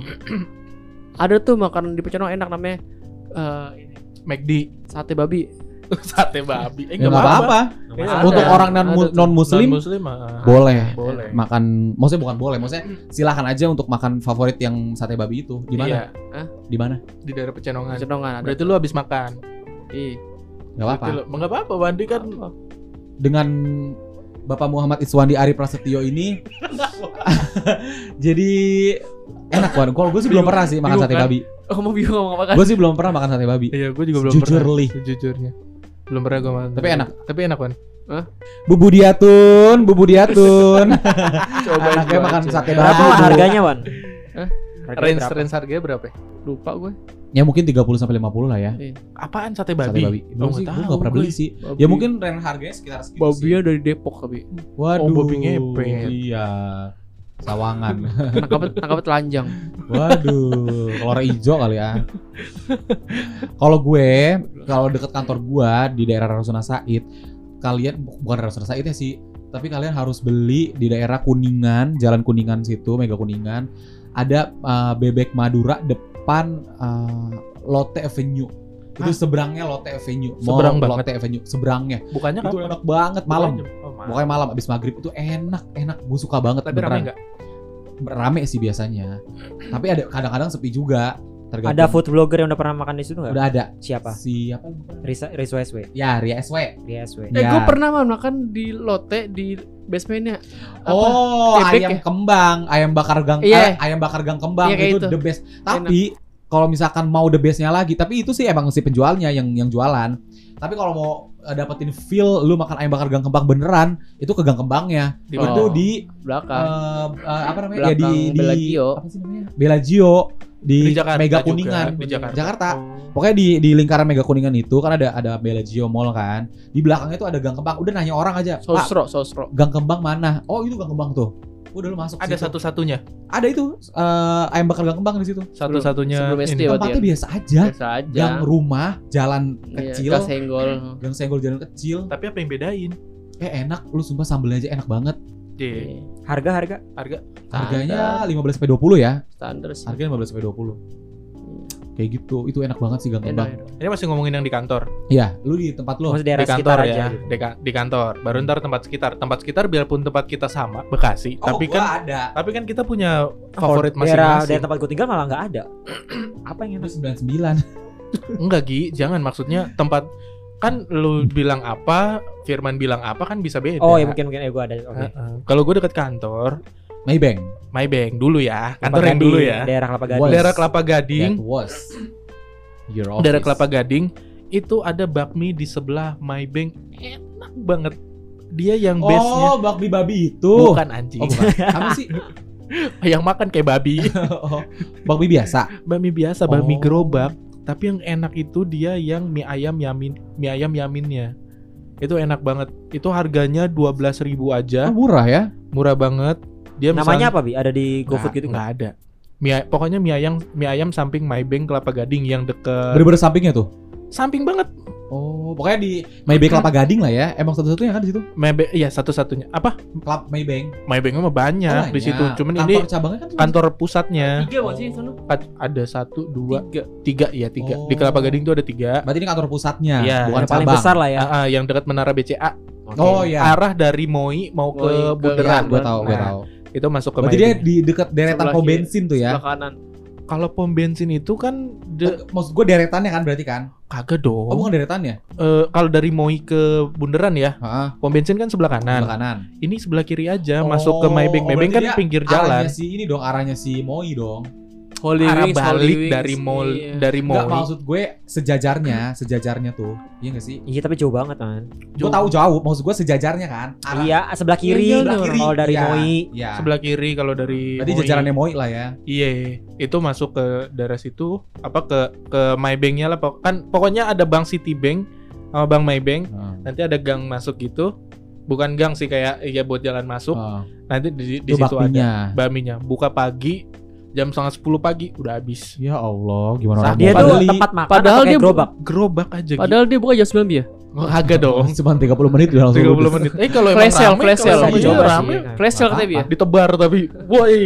Ada tuh makanan di Pecenongan enak namanya ini McD. sate babi. Sate babi. Ya nggak apa-apa. Iya, Untuk ada. orang non muslim Non-muslim boleh. boleh. Makan, maksudnya bukan boleh, maksudnya silakan aja untuk makan favorit yang sate babi itu. Di mana? Iya, Di mana? di daerah Pecenongan. Pecenongan ada. Berarti lu habis makan. Ih, Nggak apa-apa. Enggak apa-apa, Wandi kan Dengan Bapak Muhammad Iswandi Ari Prasetyo ini jadi enak Wan. Kalau gue sih belum pernah sih makan Bingung sate kan? babi. mau bingung ngomong apa kan? Gue sih belum pernah makan sate babi. Iya, gue juga belum Sejujurly. pernah. Sejujurnya. Belum pernah gue makan. Tapi enak. Tapi enak, Wan. Bubu diatun. Coba Anaknya makan sate berapa babi. Wan, harganya, Wan? Hah? Harganya berapa? Range harganya berapa? ya? Lupa gue. Ya mungkin 30 sampai 50 lah ya. Apaan sate Sate babi? babi. Gua Belum sih, nggak gue tahu, nggak pernah gue. beli sih. Babi. Ya mungkin range harganya sekitar segitu sih. Babinya dari Depok tapi Waduh. Oh, babi ngepet. Iya. Sawangan. tangkap telanjang. Waduh, kolor hijau kali ya. Kalau deket kantor gue di daerah Rasuna Said, kalian bukan Rasuna Said ya sih, tapi kalian harus beli di daerah Kuningan, Jalan Kuningan situ, Mega Kuningan. Ada Bebek Madura depan Lotte Avenue. Itu seberangnya Lotte Avenue. Seberang banget. Lotte Avenue, seberangnya. Bukannya Itu kapan? enak banget malam. Oh, malam. Pokoknya malam abis maghrib itu enak. Gue suka banget. Tapi rame nggak? Rame sih biasanya. Tapi ada kadang-kadang sepi juga. Tergantung. Ada food blogger yang udah pernah makan di situ nggak? Udah ada. Siapa? Siapa? Rizwa SW. Ya, Ria SW. SW. Ya. Gue pernah makan di Lotte di basementnya. Oh, Bebek ayam ya? kembang, ayam bakar gang, Iya. ayam bakar gang kembang Iya, kayak itu itu. the best. Tapi kalau misalkan mau the bestnya lagi, tapi itu sih emang si penjualnya yang jualan. Tapi kalau mau dapetin feel lu makan ayam bakar gang kembang beneran, itu ke gang kembangnya. Di Itu mana? di Belakang. apa namanya? Ya Belakang di Bellagio. apa sih namanya? Bellagio di Jakarta Mega juga, Kuningan di Jakarta. Oh. Pokoknya di lingkaran Mega Kuningan itu kan ada Bellagio Mall kan. Di belakangnya itu ada gang kembang. Udah nanya orang aja, "Pak, Sosro. gang kembang mana?" "Oh, itu gang kembang tuh." Udah lu masuk Ada situ. satu-satunya. Ada itu ayam bakar gang kembang di situ. Satu-satunya sebelum SD ini. ya? Tempatnya biasa aja. Biasa aja. Gang rumah, jalan Iya, kecil, gang senggol. gang senggol jalan kecil. Tapi apa yang bedain? Enak, lu sumpah sambelnya aja enak banget. J. Harga. Harganya 15 sampai 20 ya. Standar sih. Harganya 15 sampai 20. Kayak gitu. Itu enak banget sih gang kembang. Enak. Ini masih ngomongin yang di kantor. Iya, lu di tempat lu. Maksudnya daerah Di kantor sekitar ya, aja. Gitu. di kantor. Baru ntar tempat sekitar. Tempat sekitar biarpun tempat kita sama, Bekasi, Oh, tapi gua kan ada. tapi kan kita punya Kalau favorit daerah masing-masing. tempat gue tinggal malah nggak ada. Apa yang Itu enak? 99. Enggak, Gi, jangan, maksudnya tempat kan lu bilang apa, Firman bilang apa kan bisa beda. Oh ya mungkin gue ada. Oke. Kalau gue dekat kantor, Maybank. dulu ya, Kelapa kantor yang Gading, dulu ya. Daerah Kelapa Gading. Was. Daerah Kelapa Gading, That was your office. daerah Kelapa Gading itu ada bakmi di sebelah Maybank, enak banget. Dia yang base-nya Oh, bakmi babi itu. bukan anjing. Oh, bukan. Apa sih? Yang makan kayak babi. Oh, bakmi biasa. Bakmi biasa, bakmi Oh. gerobak. Tapi yang enak itu dia yang mie ayam yaminnya. Itu enak banget. Itu harganya 12.000 aja, Oh, murah ya. murah banget. Dia Namanya apa Bi? Ada di GoFood gitu nggak ada. Pokoknya mie ayam samping Maybank Kelapa Gading yang deket Bener-bener sampingnya tuh. samping banget. Oh, pokoknya di Maybank Kelapa Gading lah ya. Emang satu-satunya kan di situ. Maybank, iya satu-satunya. Apa? Maybank. Maybanknya mah banyak di situ. Cuman kantor ini cabangnya kan cuma kantor pusatnya. 3 buat sih sana. Ada 1, 2, 3 ya 3. Oh. Di Kelapa Gading tuh ada 3. Berarti ini kantor pusatnya, Iya. bukan Yang paling cabang. besar lah ya. Yang dekat Menara BCA. Oke. Oh iya. Arah dari Moi mau ke Moi ke Bundaran. Gue tahu, gue Nah, tahu. Itu masuk ke Berarti dia Maybank. di dekat deretan Sebelah pom kiri. bensin tuh ya. Sebelah kanan. Kalau pom bensin itu kan Maksud gue deretannya kan berarti kan? kagak dong. Oh, bukan deretannya. Kalau dari Moi ke Bundaran ya, Heeh. pom bensin kan sebelah kanan. Sebelah kanan. Ini sebelah kiri aja masuk ke Maybank. Oh, Maybank berarti kan dia pinggir jalan. Arahnya si ini dong, arahnya si Moi dong. Holy Arah Wings, balik Holy Wings, dari mall iya. dari Enggak, Moi. maksud gue sejajarnya tuh. Iya enggak sih? Iya tapi jauh banget man. Gue tahu jauh, maksud gue sejajarnya kan. Iya sebelah kiri. Iya, Sebelah kiri. Kalau dari Iya, Moi. Iya. Sebelah kiri kalau dari Berarti Moi. jajarannya Moi lah ya. Iya, itu masuk ke daerah situ apa ke Maybanknya lah. Kan pokoknya ada Bank Citibank sama Bank Maybank. Nanti ada gang masuk gitu. Bukan gang sih, kayak ya buat jalan masuk. Oh. Nanti di Itu situ bakminya. ada bakminya. Buka pagi jam 9:30 pagi udah habis. Ya Allah, gimana orang Dia mau tuh beli? tempat makan Padahal atau kayak dia gerobak. Gerobak aja gitu. Padahal dia buka jam 9 ya. Kagak dong. Cuma 30 menit udah langsung 30 ludes. menit. Kalau emang Flash sale, rame, flash kalau sale. emang Dicoba sih. rame, Flash sale katanya ya. ditebar tapi woi.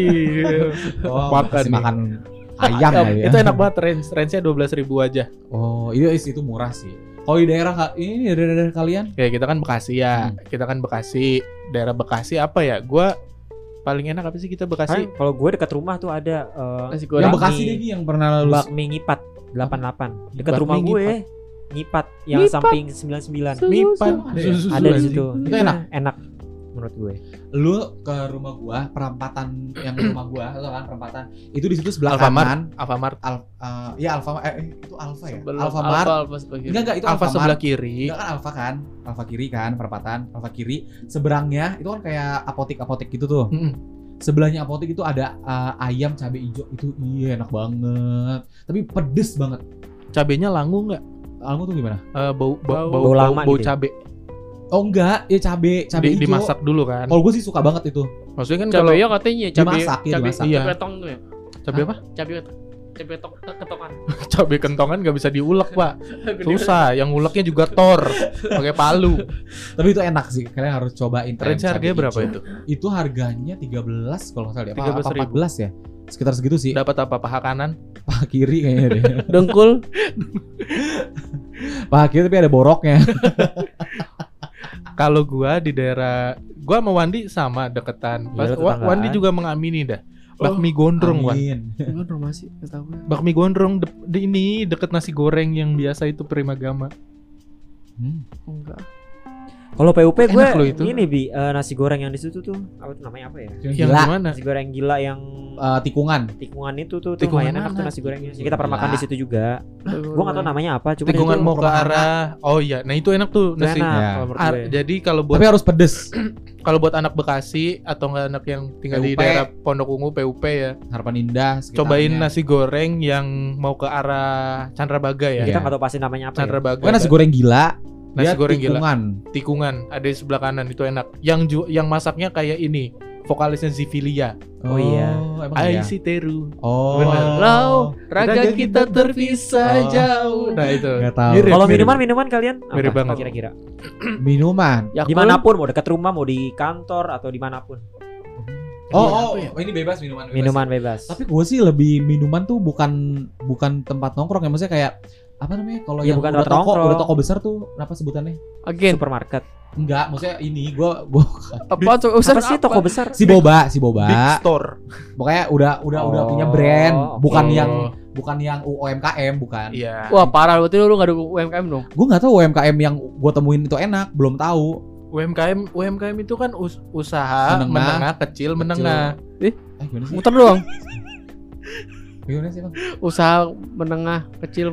Oh, Makan kasih nih. makan ayam kali ya. Itu enak banget, range-nya 12.000 aja. Oh, itu murah sih. Kalau di daerah ini daerah kalian? Kayak kita kan Bekasi ya. Kita kan Bekasi, daerah Bekasi apa ya? Gua paling enak apa sih kita Bekasi? Kan kalau gue dekat rumah tuh ada Nasi Yang goreng. Bekasi deh Gi, yang pernah lulus. bakmi ngipat 88 dekat Bakmi rumah gue. Ngipat yang Ngipat. samping 99. Mipan. Ada di situ. Itu enak. Enak menurut gue. Lu ke rumah gua, perempatan yang rumah gua, atau kan perempatan. Itu di situ sebelah Alfamart. kanan. Alfamart. Iya Alfamart. Itu Alfa ya? Sebelum Alfamart. Alfa sebelah kiri. Enggak itu Alfa Alfamart. sebelah kiri. Enggak kan Alfa kan? Alfa kiri kan, perempatan. Alfa kiri. Seberangnya itu kan kayak apotek gitu tuh. Mm-mm. Sebelahnya apotek itu ada ayam cabai hijau. Itu iya enak banget. Tapi pedes banget. Cabenya langu nggak? Almu tuh gimana? Bau lama bau gitu ya? cabe. Oh enggak, ya cabai hijau. Dimasak dulu kan. Kalau gue sih suka banget itu. Maksudnya kan kalau Cabai ya katanya cabai Dimasak, iya, cabai dimasak. Iya. petong tuh ya. cabe apa? Cabai Ketokan. Cabai kentongan nggak bisa diulek pak, susah. Yang uleknya juga tor, pakai palu. Tapi itu enak sih, kalian harus cobain. Range harganya berapa itu? Itu harganya 13 kalau nggak salah ya. Apa 13.000. 14 ya? Sekitar segitu sih. Dapat apa? Paha kanan? Paha kiri kayaknya deh. Dengkul. Paha kiri tapi ada boroknya. Kalau gua di daerah, gua sama Wandi sama deketan. Pas Iya, tetanggaan. Wandi juga mengamini dah. Bakmi gondrong, Wan. Amin. Bukan masih enggak tahu. Bakmi gondrong di ini deket nasi goreng yang biasa itu Primagama. Enggak. Kalau PUP gue Enak loh itu. ini nasi goreng yang di situ tuh apa tuh namanya apa ya? Yang Yang gila. gimana? Nasi goreng gila yang Tikungan. tikungan itu tuh Tikungan lumayan enak tuh mana? nasi gorengnya. Kita pernah makan Gila. di situ juga. Gua enggak tahu namanya apa, cuma Tikungan itu mau ke perumahan. arah. Oh iya, nah itu enak tuh Itu nasi. enak Ya. kalau menurut gue. Jadi kalau buat Tapi harus pedes. anak Bekasi atau nggak anak yang tinggal di PUP. daerah Pondok Ungu PUP ya, Harapan Indah. cobain sekitarnya. nasi goreng yang mau ke arah Candrabaga ya. Kita Iya. enggak tahu pasti namanya apa. Ya. Candrabaga. Pokoknya nasi goreng gila. Nasi Dia goreng gila. tikungan. Tikungan ada di sebelah kanan itu enak. Yang masaknya kayak ini, vokalisnya Zivilia. Oh, iya. Emang Ai iya? si Teru. Oh. Benar. Lau, raga kita terpisah Oh. jauh. Nah itu. Nggak tahu. Mirip, Kalau mirip. minuman kalian apa? Mirip banget. Kira-kira. Minuman. Yakult. Dimanapun, mau dekat rumah, mau di kantor atau dimanapun. Oh, Iya, apa ya? ini bebas minuman. Minuman bebas. Tapi gue sih lebih minuman tuh bukan tempat nongkrong ya, maksudnya kayak apa namanya kalau Ya, yang bukan udah tempat toko nongkrong. udah toko besar tuh apa sebutannya? Again. Supermarket. Enggak, maksudnya ini gua Apa tuh? Usaha Apa sih toko besar? si boba. Big store. Pokoknya udah Oh, punya brand, oke. bukan Oh. yang UMKM bukan. Iya. Wah, parah berarti lu enggak ada UMKM dong. Gue nggak tahu UMKM yang gue temuin itu enak, belum tahu. UMKM itu kan usaha Menengah. menengah, kecil, menengah. Gimana sih? Muter doang. Gimana sih bang? Usaha menengah kecil.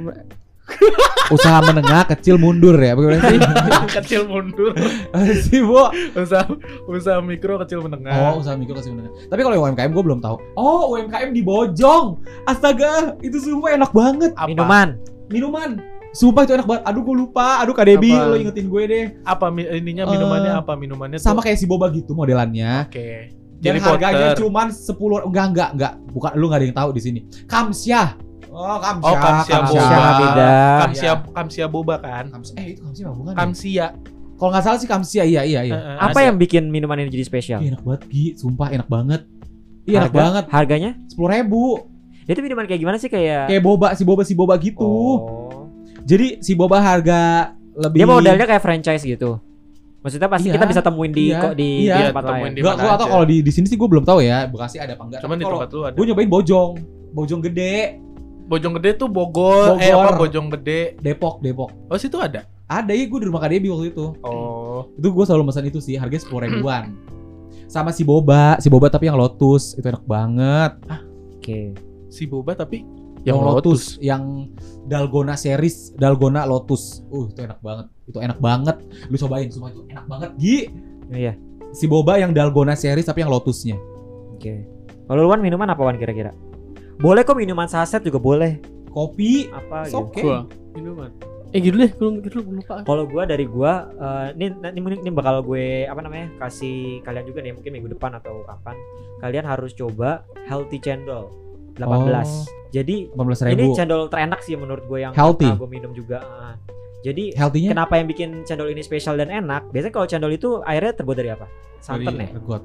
Usaha menengah kecil mundur ya, bagaimana sih? Kecil mundur. Apa sih bu? Usaha mikro kecil menengah. Oh, usaha mikro kecil menengah. Tapi kalau yang UMKM gue belum tahu. Oh, UMKM di Bojong. Astaga, itu sumpah enak banget. Apa? Minuman. Sumpah itu enak banget. Aduh, gue lupa. Aduh, Kak Debi, Apa? lo ingetin gue deh. Apa minumannya apa? Minumannya Sama tuh. kayak si boba gitu modelannya. Oke. Dan Jadi harganya Potter. cuman 10. Enggak. Bukan, lu enggak ada yang tahu di sini. Kamsyah. Oh, Kamsyah. Oh, Kamsia Kamsia boba. beda. Kamsia boba kan? Itu Kamsyah apa bukan? ya? Kamsia. Kalau nggak salah sih Kamsyah, iya. Apa yang bikin minuman ini jadi spesial? Ih, enak banget, Gi. Sumpah enak banget. Iya, enak banget. Harganya? 10.000. Itu minuman kayak gimana sih kayak? Kayak si boba gitu. Oh. Jadi si boba harga lebih. Dia modelnya kayak franchise gitu. Maksudnya pasti Iya, kita bisa temuin di iya, di iya. tempat Temuin lain. di Gua mana atau aja. kalau di sini sih gue belum tahu ya, Bekasi ada apa enggak. Cuman di Tapi tempat lu ada. gue nyobain Bojong gede, Bojong Gede tuh Bogor. Bogor. Bojong Gede. Depok. Oh, situ ada. Ada ya, gue di rumah Kak Debi waktu itu. Oh. Itu gue selalu pesan itu sih, harganya 10.000-an. Sama si boba tapi yang Lotus itu enak banget. Oke. Si boba tapi Yang Lotus, yang Dalgona series, Dalgona Lotus. Itu enak banget. Itu enak banget. Lu cobain semua itu enak banget, Gi. Iya. Si boba yang Dalgona series tapi yang Lotusnya. Oke. Kalau luan minuman apa Wan kira-kira? Boleh kok minuman saset juga boleh. Kopi, Apa it's gitu. okay. Gua minuman. Gitu deh, gue lupa. Kalau dari gua ini bakal gue apa namanya? Kasih kalian juga nih mungkin minggu depan atau kapan. Kalian harus coba Healthy Cendol 18. Jadi 18.000. ini cendol terenak sih menurut gue yang Healthy. pernah gue minum juga. Jadi Healthy-nya kenapa yang bikin cendol ini spesial dan enak? Biasanya kalau cendol itu airnya terbuat dari apa? Santan ya? Regot.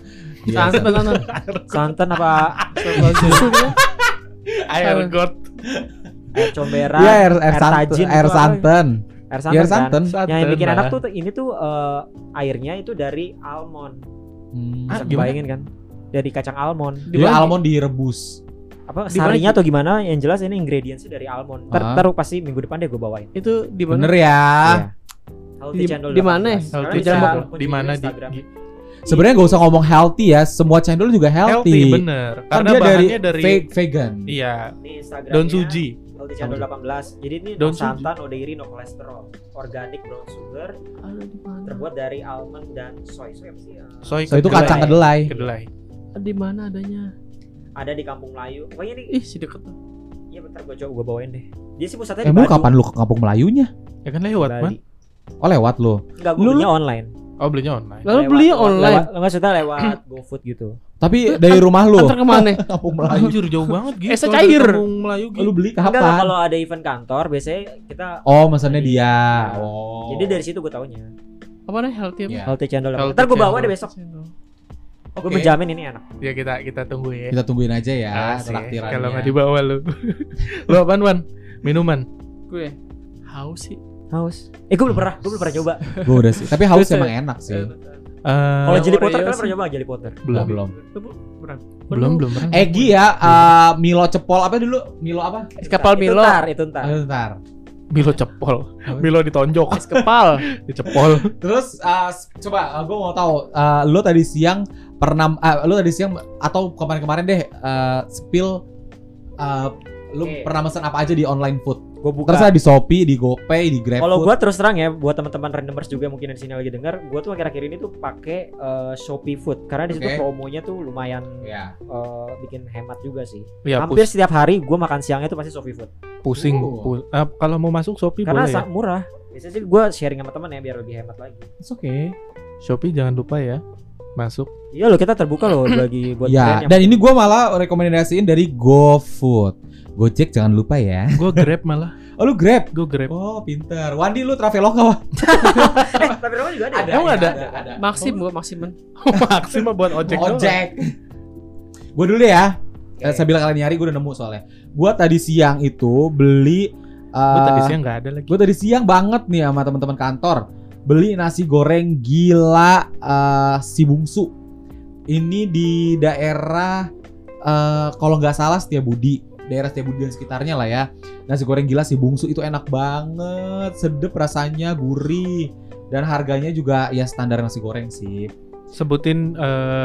Santan apa? Susu gitu. Air got. Air comberan, Iya, tajin air itu apa? santan. Air Iya, air santan, kan? santan. Yang bikin Santan, enak nah. tuh ini tuh airnya itu dari almond. Ah, Bisa gimana? bayangin kan? Dari kacang almond. Jadi almond direbus. Apa Di mana sarinya atau gimana? Yang jelas ini ingredientsnya dari almond. Taruh pasti minggu depan deh gue bawain. Itu di mana? Bener ya. Iya. Healthy Di- Cendol di mana ya? 18. Healthy Kalian bisa Cendol kunjungi di mana di Instagram. Sebenarnya gak usah ngomong healthy ya, semua cendol juga healthy. bener. Kan Karena dia bahannya dari vegan. iya, Ini Instagramnya daun suji. Healthy Cendol 18. Jadi ini Daun no santan, no dairy, no kolesterol. Organic brown sugar, Ada di mana? terbuat dari almond dan soy. Soy apa sih? Soy So itu kacang kedelai. kedelai. Di mana adanya? Ada di Kampung Melayu. Pokoknya ini Ih, si deket tuh. iya bentar gue bawain deh. Dia sih pusatnya di Emang Badung, kapan lu ke Kampung Melayunya? Ya kan lewat, Man. Bali. Oh lewat lu. Enggak, gue belinya online. Oh, belinya online. Lalu beli online. Enggak sudah lewat GoFood gitu. Tapi dari rumah lu. Antar kemana? Kampung Melayu. Anjir jauh banget gitu. Esa cair. Dari Kampung Melayu gitu. Lu beli Enggak lah, kapan? kalau ada event kantor biasanya kita Oh, maksudnya dia. Nah, Oh. Jadi dari situ gue taunya. Apa nih healthy? Iya. Healthy cendol. Healthy Ntar gue bawa cendol. deh besok. Oke. Gue menjamin ini enak. Ya kita tunggu ya. Kita tungguin aja ya Asik. traktirannya. Kalau nggak dibawa lu. Lu apaan, Wan? Minuman. Gue haus sih. Haus. Gue belum pernah coba. Gue udah sih. Tapi haus Terus, emang enak sih. Kalau Jelly Potter Oreo kan sih. pernah coba Jelly Potter? Belum. belum pernah. Egi ya, Milo cepol apa dulu? Milo apa? Kapal Milo. Itu ntar. Bentar. Milo cepol. Milo ditonjok. Es kepal. Dicepol. Terus coba gue mau tahu lo tadi siang pernah atau kemarin-kemarin deh spill lo Oke. pernah pesan apa aja di online food? Gue buka. Terus di Shopee, di GoPay, di GrabFood. Kalau gue terus terang ya, buat teman-teman randomers juga mungkin di sini lagi dengar, gue tuh akhir-akhir ini tuh pakai Shopee Food karena di situ Oke. promonya tuh lumayan ya. bikin hemat juga sih. Ya, Hampir setiap hari gue makan siangnya tuh pasti Shopee Food. pusing. Oh. Kalau mau masuk Shopee Karena boleh ya. murah. Biasanya sih gue sharing sama teman ya biar lebih hemat lagi. It's okay. Shopee jangan lupa ya. Masuk. Iya loh, kita terbuka loh bagi buat Ya, brand yang dan ini gue malah rekomendasiin dari GoFood. Gojek jangan lupa ya. Gue Grab malah. Oh lu Grab? Gue Grab. Oh pinter. Wandi lu Traveloka wah. tapi memang juga ada. Emang ada? Maksim gua maksimen. Maksimal buat ojek. doang. Ojek. Gue dulu deh ya. Oke. Saya bilang kalian nyari gue udah nemu soalnya. Gue tadi siang itu beli. Gue tadi siang nggak ada lagi. Gue tadi siang banget nih sama teman-teman kantor beli nasi goreng gila si bungsu. Ini di daerah kalau nggak salah Setiabudi. Daerah Setiabudi dan sekitarnya lah ya. Nasi goreng gila si bungsu itu enak banget, sedep rasanya, gurih, dan harganya juga ya standar nasi goreng sih. Sebutin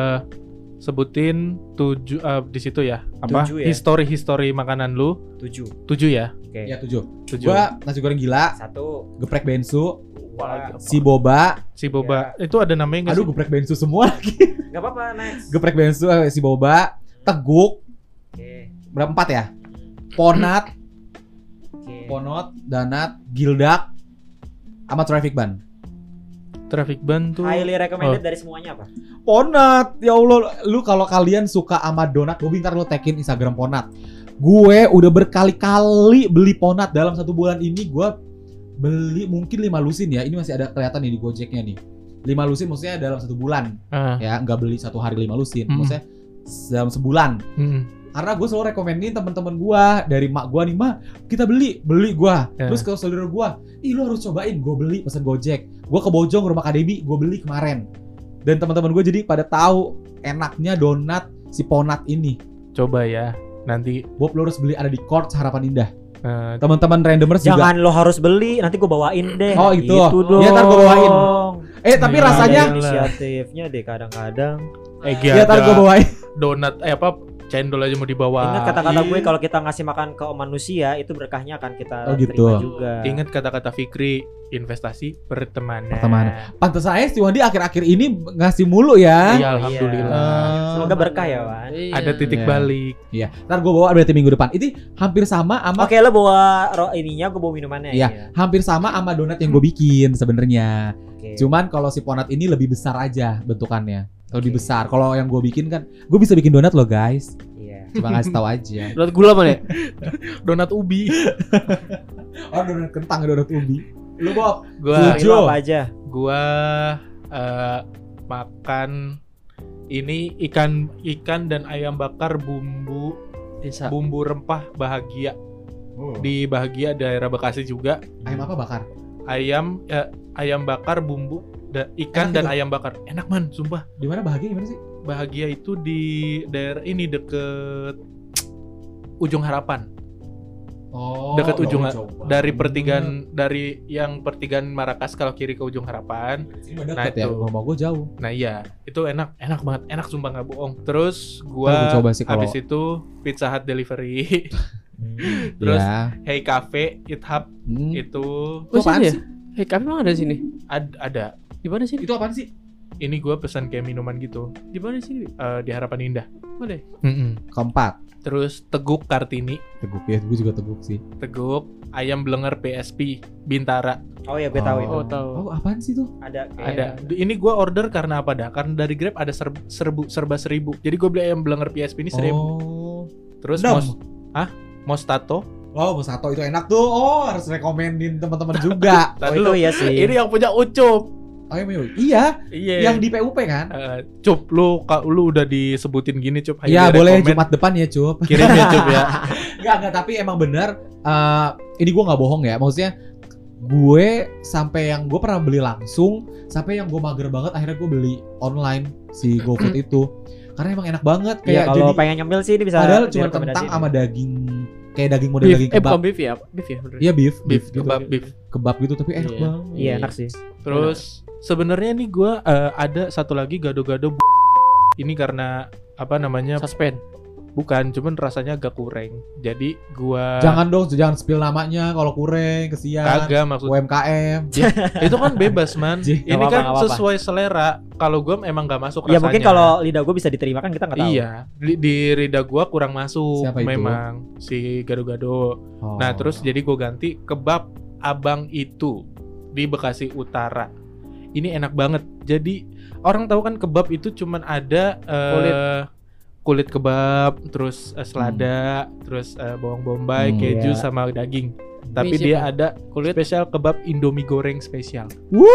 di situ ya. Apa? 7 ya? History makanan lu. 7. 7 ya. Oke. Ya 7. 7. Gua nasi goreng gila, 1. geprek bensu, Wah, si boba. Si boba. Itu ada namanya nggak Aduh sih? geprek bensu semua. Gak apa-apa, next. Geprek bensu, si boba, teguk, Oke. berapa 4 ya? Ponat, Oke. ponot, danat, gildak, sama traffic ban. Traffic ban tuh. Highly recommended dari semuanya apa? Ponat, ya Allah, lu kalau kalian suka sama donat, gue ntar lu tagin Instagram Ponat. Gue udah berkali-kali beli Ponat dalam 1 bulan ini. Gue beli mungkin 5 lusin ya. Ini masih ada kelihatan nih di Gojeknya nih. 5 lusin maksudnya dalam 1 bulan ya, nggak beli 1 hari 5 lusin. Maksudnya dalam sebulan. Karena gue selalu rekomenin teman-teman gue dari mak gue nih, mak kita beli gue. Terus ke saudara gue, ih lu harus cobain. Gue beli pesan Gojek. Gue ke Bojong rumah Kak Debi, gue beli kemarin. Dan teman-teman gue jadi pada tahu enaknya donat si Ponat ini. Coba ya. Nanti Bob lo harus beli, ada di Court Harapan Indah. Teman-teman randomers juga. Jangan lo harus beli, nanti gue bawain deh. Oh, itu. dong. Iya, ntar gua bawain. Tapi Iya, rasanya iya. Inisiatifnya deh kadang-kadang. ya ntar gue bawain. donat cendol aja mau dibawa. Ingat kata-kata gue, kalau kita ngasih makan ke manusia itu berkahnya akan kita Oh, gitu. terima juga. Ingat kata-kata Fikri, investasi pertemanan. Pantes saya si Wandi akhir-akhir ini ngasih mulu ya. Iya, alhamdulillah. Semoga berkah ya, Wan. Ada titik Iya. balik. Iya. Ntar gue bawa berarti minggu depan. Itu hampir sama sama Oke, lo bawa ininya, gue bawa minumannya. Iya, hampir sama donat yang gue bikin sebenarnya. Oke. Cuman kalau si Ponat ini lebih besar aja bentukannya. Lebih Oke. besar. Kalau yang gue bikin kan, gue bisa bikin donat loh guys. Iya. Cuma ngasih tahu aja. Donat gula mana ya? Donat ubi. Oh donat kentang, donat ubi. Lu Bob? Gua Dari lo apa aja? gua makan ini ikan dan ayam bakar bumbu Desa. rempah Bahagia. Di Bahagia daerah Bekasi juga. Ayam apa bakar? Ayam bakar bumbu ikan Enak dan itu. ayam bakar. Enak man, sumpah. Di mana Bahagia gimana sih? Bahagia itu di daerah ini deket Ujung Harapan. Oh, Dekat ujung dari Hmm. pertigaan Marakas kalau kiri ke Ujung Harapan. Ini mah Nah, deket ya, itu. rumah gue jauh. Nah iya, itu enak banget, enak sumpah nggak bohong. Terus Ntar gua gua coba sih kalau- habis itu Pizza Hut delivery. Terus Ya. Hey Cafe, Eat Hub itu Oh, apaan sini ya? sih? Hey, kami emang ada sini. ada. Di mana sini? Itu apaan sih? Ini gua pesan kayak minuman gitu Di mana sini? di Harapan Indah. Udah. Keempat, Terus Teguk Kartini, Teguk ya, gue juga Teguk sih. Teguk, Ayam Blenger PSP, Bintara. Oh ya, gue tahu itu. Oh, tahu. Oh, apaan sih tuh? Ada Ada. Ini gue order karena apa dah? Karena dari Grab ada serba 1000. Jadi gue beli Ayam Blenger PSP ini 1000. Oh. Terus Dom. Mostato. Oh, Mostato itu enak tuh. Oh, harus rekomenin teman-teman juga. Oh itu ya sih. Ini yang punya Ucup. Oh iya, Iya. yang di PUP kan? Cup, lu udah disebutin gini, Cup. Iya, Highly boleh recommend. Jumat depan ya, Cup. Kirim ya, Cup ya. Enggak, tapi emang bener. Ini gue nggak bohong ya. Maksudnya gue sampai yang gue pernah beli langsung, sampai yang gue mager banget akhirnya gue beli online si GoFood itu. Karena emang enak banget. Iya, Kayak kalau jadi, pengen nyemil sih ini bisa. padahal cuma kentang direkomendasiin. sama daging, kayak daging model Beef. daging Bukan kebab. beef ya? Beef ya, bener. Iya beef gitu. Kebab beef. Kebab gitu tapi enak Iya. banget. Iya enak sih. Terus sebenarnya nih gue ada satu lagi gado-gado. Ini karena apa namanya? Suspend. Bukan, cuman rasanya agak kurang. Jadi gua Jangan spill namanya kalau kurang kesian. kagak maksud UMKM. itu kan bebas man. Ji, Ini nggak kan apa-apa. sesuai selera. Kalau gua emang nggak masuk Ya rasanya. mungkin kalau lidah gue bisa diterima kan kita nggak tahu. Iya, di lidah gua kurang masuk. Siapa itu? Memang si gado-gado. Oh. Nah terus jadi gua ganti kebab abang itu di Bekasi Utara. Ini enak banget. Jadi orang tahu kan kebab itu cuman ada kulit kebab, terus selada, terus bawang bombay, keju Iya. sama daging. Tapi Ini dia siapa? ada kulit spesial kebab Indomie goreng spesial.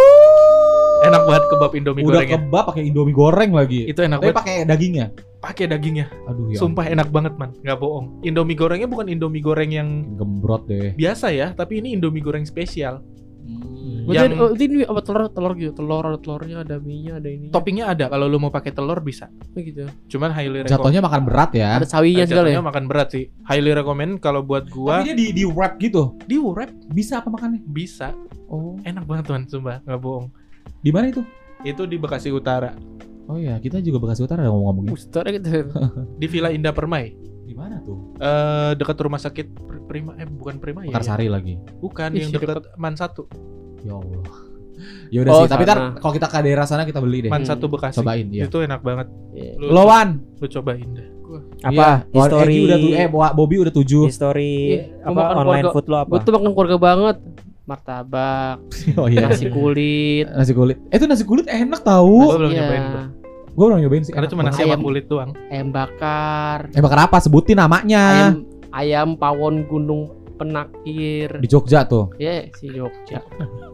Wuh. Enak banget kebab Indomie Udah gorengnya. kebab pakai Indomie goreng lagi. Itu enak Tapi banget. pakai dagingnya. Pakai dagingnya. Aduh ya. Sumpah enak banget man, nggak bohong. Indomie gorengnya bukan Indomie goreng yang Gembrot deh. biasa ya, tapi ini Indomie goreng spesial. Berarti Yang- ini apa telur gitu. Telur ada telurnya, ada mie-nya, ada ini. Toppingnya ada, kalau lu mau pakai telur bisa. gitu. Cuman highly recommend. Jatuhnya makan berat ya. Ada sawinya segala ya. Jatuhnya makan berat sih. Highly recommend kalau buat gua Tapi dia di wrap gitu. di wrap Bisa apa makannya? bisa. Oh. Enak banget tuan, sumpah, nggak bohong. Di mana itu? Itu di Bekasi Utara, Oh ya, kita juga Bekasi Utara ngomong-ngomongin. Ustaz gitu. di Villa Indah Permai. Di mana tuh? Dekat rumah sakit Prima, bukan Prima ya. Mekarsari lagi. Bukan, Ih, yang si dekat Man 1. Ya Allah. Ya udah Oh, sih, tapi sana. ntar kalau kita ke daerah sana kita beli deh. Man 1 Bekasi. Cobain ya. Itu enak banget. Iya. Lowan. Lu cobain deh. Apa? Iya. History. Egi udah Bobby udah 7. History Iya, gua apa makan online keluarga- food lo apa? Gue tuh makan keluarga banget. Martabak, Oh iya. nasi kulit. Nasi kulit. Itu nasi kulit enak Gua tahu. belum Iya. nyobain, Bro. Gue belum nyobain sih. Karena enak cuma nasi banget. sama Ayam. kulit doang. Ayam bakar. Bakar apa? Sebutin namanya. Ayam pawon gunung penakir. Di Jogja tuh. Ya, si Jogja.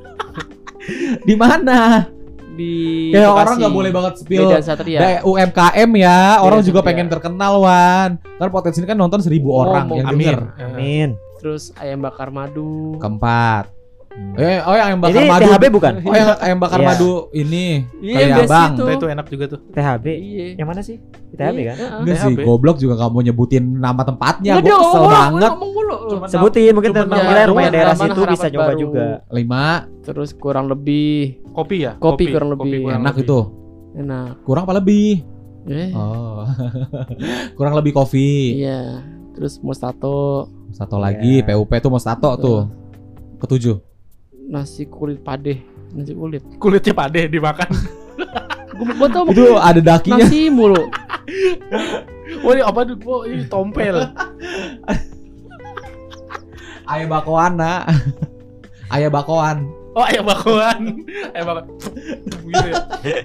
Di mana? Di Kayak Bekasi. orang nggak boleh banget spill. Medan Satria. Kayak UMKM ya, orang juga Satria. pengen terkenal Wan. Karena potensi ini kan nonton 1000 orang mau- yang Amin. denger. Amin. Terus ayam bakar madu. Keempat. Oh yang bakar Ini madu. THB bukan? Oh yang ayam bakar Iya. madu ini. Iya, kayak biasa abang. itu. Itu enak juga tuh. THB. Iya. Yang mana sih? THB kan? Iya, Enggak sih, THB. goblok juga gak mau nyebutin nama tempatnya. Nggak, Gue dia kesel ngomong banget. ngomong mulu. Cuma Sebutin mungkin Cuma teman nama kita yang doang, punya daerah Taman situ bisa Harapan nyoba Baru. juga. 5. Terus kurang lebih Kopi ya? Kopi kurang lebih. kurang Enak lebih. itu. enak. Kurang apa lebih? Oh. Kurang lebih kopi. Iya. Terus Mostato, Satu lagi Iya. PUP tuh mau satu tuh. Ketujuh. nasi kulit padeh, nasi kulit. Kulitnya pade dimakan. Gua tau Itu ada dakinya. nasi mulu. Wah ini apa tuh? Oh, ini tompel. Ayam bakoana. Ayam bakoan. Oh ayam bakoan. Ayam bakoan. Gitu ya.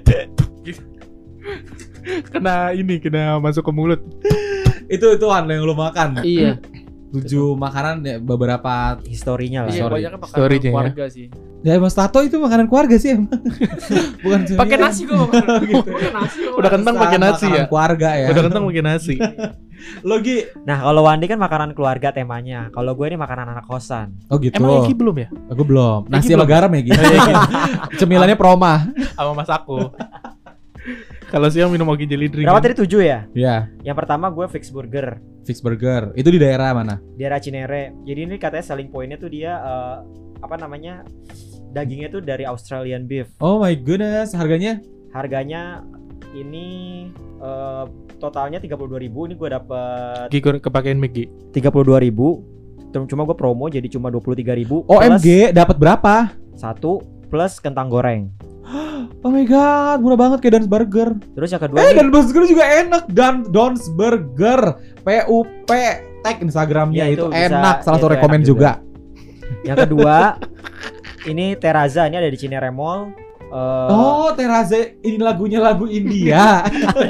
Kena masuk ke mulut. Itu Wan yang lu makan. Iya. 7 makanan ya, beberapa. Historinya lah. Iya, sorry. banyak kan makanan Story-nya ya. keluarga sih. Ya Mas Tato itu makanan keluarga sih emang. Bukan Pakai nasi gua makan. Gitu. Pakai nasi. gua Udah makan. kentang pakai nasi Makanan ya. keluarga ya. Udah kentang pakai nasi. Lo Gi. Nah kalau Wandi kan makanan keluarga temanya. Kalau gue ini makanan anak kosan. Oh gitu. Emang Eki belum ya? Aku belum. Nasi Egi sama belum? garam ya Gi. Cemilannya Proma. Sama mas aku. Kalau siang minum Ogi jelly drink. Berapa kan? tadi 7 ya? Ya, Yang pertama gue fix burger. Fix Burger. Itu di daerah mana? Daerah Cinere. Jadi ini katanya selling pointnya tuh dia apa namanya, dagingnya tuh dari Australian beef. Oh my goodness, harganya? Harganya ini totalnya 32.000. Ini gue dapet Gi kepakein mic Gi. 32.000. Cuma gue promo jadi cuma 23.000. OMG, dapat berapa? Satu plus kentang goreng. Oh my god, murah banget kayak Don's Burger. Terus yang kedua nih, Don's Burger juga enak. Dan Don's Burger PUP, tag Instagramnya Ya, itu itu bisa, enak. Salah satu itu rekomen enak juga. yang kedua ini Terraza, ini ada di Cinere Mall. Oh, Terraza ini lagunya lagu India.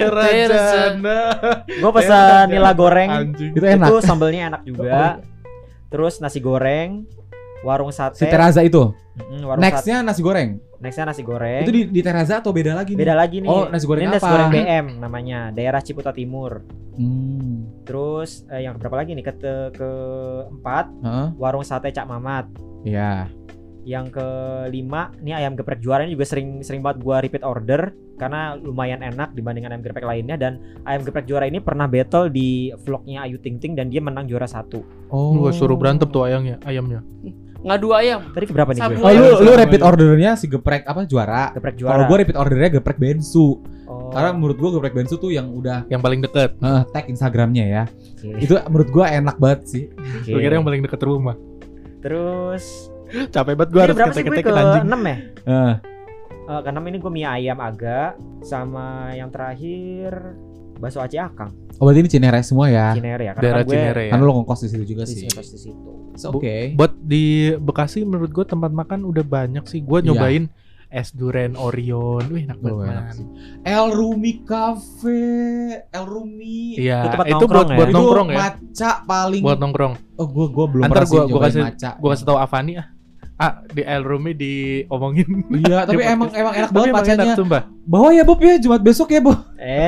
Gue pesan nila goreng. Anjing. Itu enak. Itu sambelnya enak juga. Terus nasi goreng, warung sate. Si Terraza itu. Warung Nextnya nasi goreng. Nextnya nasi goreng. Itu di Terraza atau beda lagi nih? Beda lagi nih. Oh, nasi goreng ini nasi apa? goreng BM namanya, daerah Ciputa Timur. Hmm. Terus yang berapa lagi nih? Keempat, Heeh. warung sate Cak Mamat. Iya. Yang kelima, ini ayam geprek juara ini juga sering banget gua repeat order karena lumayan enak dibandingkan ayam geprek lainnya, dan ayam geprek juara ini pernah battle di vlognya Ayu Ting Ting dan dia menang juara 1. Oh. Gua suruh berantem tuh ayamnya. Ngadu ayam. Tadi berapa nih gue? Sabu. Oh, lu repeat ordernya si geprek apa juara. Geprek Kalau juara. gue repeat ordernya geprek bensu. Oh, Karena menurut gue geprek bensu tuh yang udah Yang paling deket. tag Instagramnya ya. oke. Itu menurut gue enak banget sih. Oke. Gue kira yang paling deket rumah. Terus Capek banget gue ini harus berapa sih gue ketek-ketekin anjing. ke-6 ya? Heeh. Ke-6 ini gue mie ayam agak, sama yang terakhir bakso Aceh Akang. Oh, berarti ini Cinere semua ya. Cinere ya, Daerah gue Cinere ya. Kan lu ngekos di situ juga di sih. di situ. It's okay. Buat di Bekasi menurut gue tempat makan udah banyak sih. Gue Iya. nyobain es duren Orion. Wih enak Oh, banget. enak man. sih. El Rumi Cafe. El Rumi. Iya, Itu tempat itu nongkrong buat ya? buat Itu nongkrong ya. Maca paling. Buat nongkrong. Oh, gue belum Antar pernah sih gua nyobain kasih- maca. Gue kasih tahu Avani di El Rumi diomongin. Iya, tapi Di emang podcast. enak Tapi banget emang enak macanya. sumpah. Bawa ya Bob ya, Jumat besok ya Bob.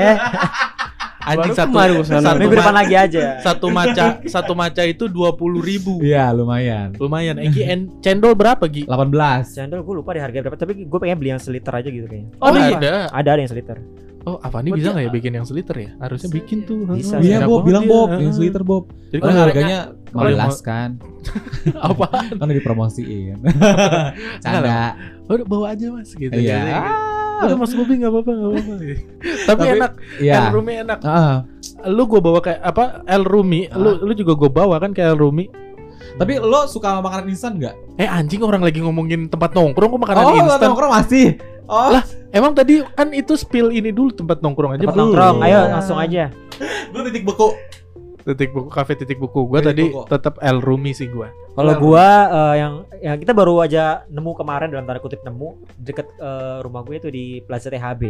Anjing Baru kemarin gua sana. Minggu depan lagi aja. satu maca itu 20.000. Iya, lumayan. Lumayan. Cendol berapa Gi? 18. Cendol gue lupa di harga berapa, tapi gue pengen beli yang seliter aja gitu kayaknya. Oh, iya. ada. Ada yang seliter. Oh, Avani bisa nggak ya bikin yang seliter ya? Harusnya bikin tuh. Bisa. Iya Enak Bob, banget bilang dia. Bob, yang seliter Bob. Jadi Karena kalau harganya kalau yang 15 kan. apa? Kan udah dipromosiin. Canda. Udah bawa aja Mas gitu. Iya. Gitu. Udah Mas Bobi enggak apa-apa. Tapi enak. Iya. El Rumi enak. Heeh. Lu gua bawa kayak apa? El Rumi. Lu juga gua bawa kan kayak El Rumi. Tapi lo suka makanan instan enggak? Anjing orang lagi ngomongin tempat nongkrong kok makanan Oh, instan. nongkrong masih. Oh, Lah, emang tadi kan itu spill ini dulu tempat nongkrong aja. Tempat belum. nongkrong, ayo langsung aja. gue titik beku. Titik buku, kafe titik buku. Gua Titik tadi buku. tetap El Rumi sih gua. Kalau gua yang kita baru aja nemu kemarin, dalam tanda kutip nemu, deket rumah gue itu di Plaza THB.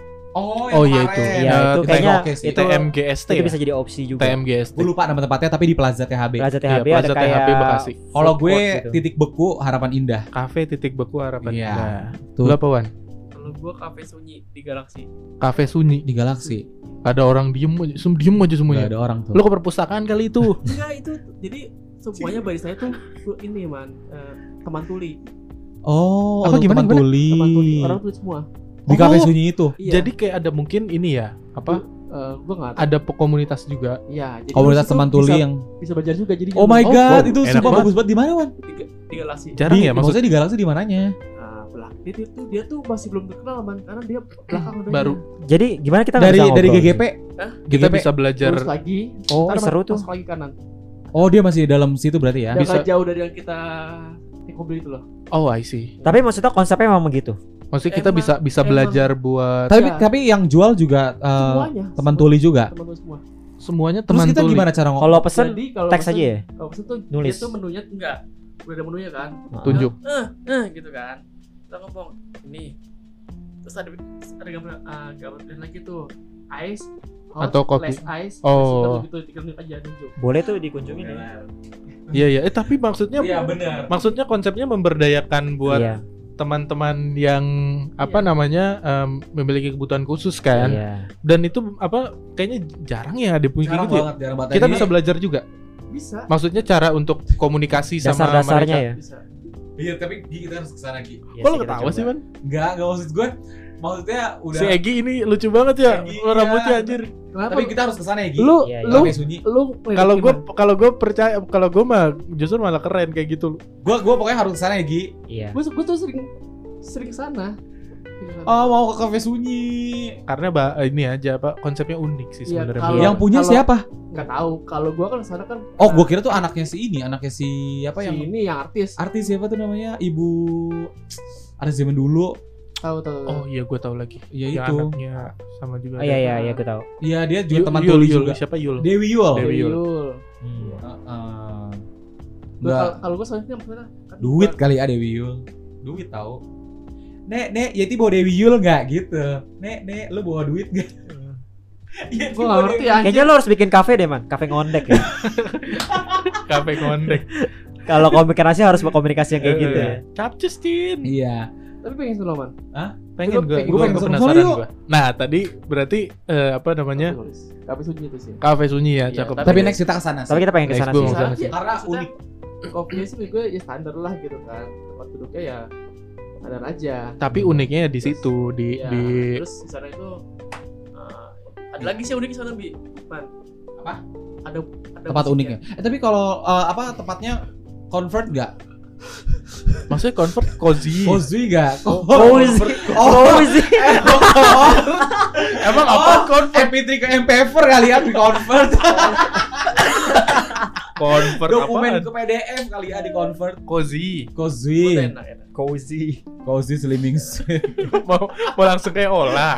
Oh, iya kemarin. itu. Iya, itu Itu kayaknya oke sih. itu TMGST itu ya? bisa jadi opsi juga. TMGST. Gue lupa nama tempatnya tapi di Plaza THB. Plaza Iya, THB Plaza ada kayak THB Bekasi. Kalau food gue court gitu. titik beku Harapan Indah. Kafe titik buku harapan Iya. indah. Tuh. Lu apa Wan? Kalau gua kafe sunyi di Galaxy. Kafe sunyi. Di Galaxy. Ada orang diem aja Gak semuanya. ada orang tuh. Lu ke perpustakaan kali itu. Enggak, itu jadi semuanya barisanya tuh ini man, teman tuli. Oh, Apa, untuk gimana, teman gimana? tuli. Teman tuli, orang tuli semua. Di kafe Oh. sunyi itu. Iya. Jadi kayak ada mungkin ini ya, apa? Gua enggak tahu. Ada komunitas juga. Iya, jadi Komunitas lu situ teman tuli bisa, yang bisa belajar juga jadi. Oh my Oh, god, wow, itu enak sumpah banget. bagus banget di mana, Wan? di Galaxy. Jarang ya maksud Maksudnya di Galaxy di mananya? Nah, dia tuh masih belum terkenal man, karena dia belakang adanya. baru. Jadi gimana kita nggak Dari bisa dari ngobrol? GGP. Kita GGP. bisa belajar. Terus lagi. Oh, ntar seru tuh. masuk lagi kanan. Oh, dia masih dalam situ berarti ya. Udah Bisa. nggak jauh dari yang kita mobil itu loh. Oh, I see. Tapi maksudnya konsepnya memang begitu. Maksudnya kita bisa Emang- belajar buat Tapi yang jual juga Semuanya. teman tuli juga. Teman tuli semua. semuanya Terus teman kita tuli. gimana cara ngomong? Kalau pesen Jadi kalau teks pesen- aja ya. Kalau pesen tuh Nulis. dia tuh menunya enggak. Udah ada menunya kan. Tunjuk. Gitu kan. Kita ngomong ini. Terus ada gambar pilihan lagi tuh. Ice hot, Atau kopi. less ice. Oh. Gitu tinggal aja nunjuk. Boleh tuh dikunjungin ya. Iya iya. Tapi maksudnya benar. maksudnya konsepnya memberdayakan buat Iya. teman-teman yang apa Iya. namanya memiliki kebutuhan khusus kan. Iya. Dan itu apa kayaknya jarang ya ada punya Jarang gitu ya. banget, jarang banget. Kita Ini- bisa belajar juga. Bisa. Maksudnya cara untuk komunikasi sama Dasar-dasarnya mereka. ya. Bisa. Iya, tapi Gi, kita harus kesana Gi. Iya Kok lo kita ketawa coba. sih, Man? Enggak maksud gue. Maksudnya udah. Si Egi ini lucu banget ya. Egi, Rambutnya iya. anjir. Kenapa? Tapi kita harus kesana ya Gi. lu Iya, iya. lu Kafe sunyi. lu Kalau gue percaya kalau gue mah justru malah keren kayak gitu. Gua pokoknya harus kesana ya Gi. Iya. gue tuh sering kesana. Oh, mau ke kafe sunyi. Karena ini aja apa konsepnya unik sih Iya, sebenarnya. kalau- Yang punya kalau- siapa? Nggak tahu. Kalau gua kan kesana kan. Oh, gua kira tuh anaknya si ini, anaknya si apa si yang ini yang artis. artis siapa tuh namanya? Ibu artis zaman dulu. Tahu. Oh iya, gue tahu lagi. Ya Yang itu. anaknya sama juga. Oh, iya gue tahu. Iya, dia juga teman Yul, tuli Yul. juga. Siapa Yul? Dewi Yul. Dewi Yul. Enggak. Kalau gue soalnya maksudnya kan Duit kali ya Dewi Yul. Duit tahu. Nek, Yeti bawa Dewi Yul enggak gitu. Nek, lu bawa duit enggak? Yeti Gue nggak bawa ngerti Dewi- anjir. Kayaknya lo harus bikin kafe deh man, kafe ngondek ya. Kafe ngondek. Kalau komunikasi harus berkomunikasi yang kayak gitu ya. Capcus, Tin. Iya. Tapi pengen sih lo man. Pengen gue Gua pengen kesana. penasaran Yuk. gue. Nah, tadi berarti apa namanya? Kafe sunyi itu sih. Kafe sunyi ya, Iya, cakep. Tapi next kita ke sana. Tapi kita pengen ke Next sana gua sih. mau sana sih. Karena Maksudnya, unik. Kopinya sih gue ya standar lah gitu kan. Tempat duduknya ya standar aja. Tapi uniknya ya di situ Ya, di terus di sana itu ada lagi sih unik di sana Bi. Man. Apa? Ada Tempat musiknya. uniknya. Tapi kalau tempatnya convert enggak? maksudnya convert cozy. Cozy enggak? Cozy. Emang apa convert? MP3 ke MP4 kali ya di convert. Convert Dokumen apaan? ke PDF kali ya di convert. Cozy. Cozy. Enak. Cozy. Cozy Slimming. mau langsung kayak olah.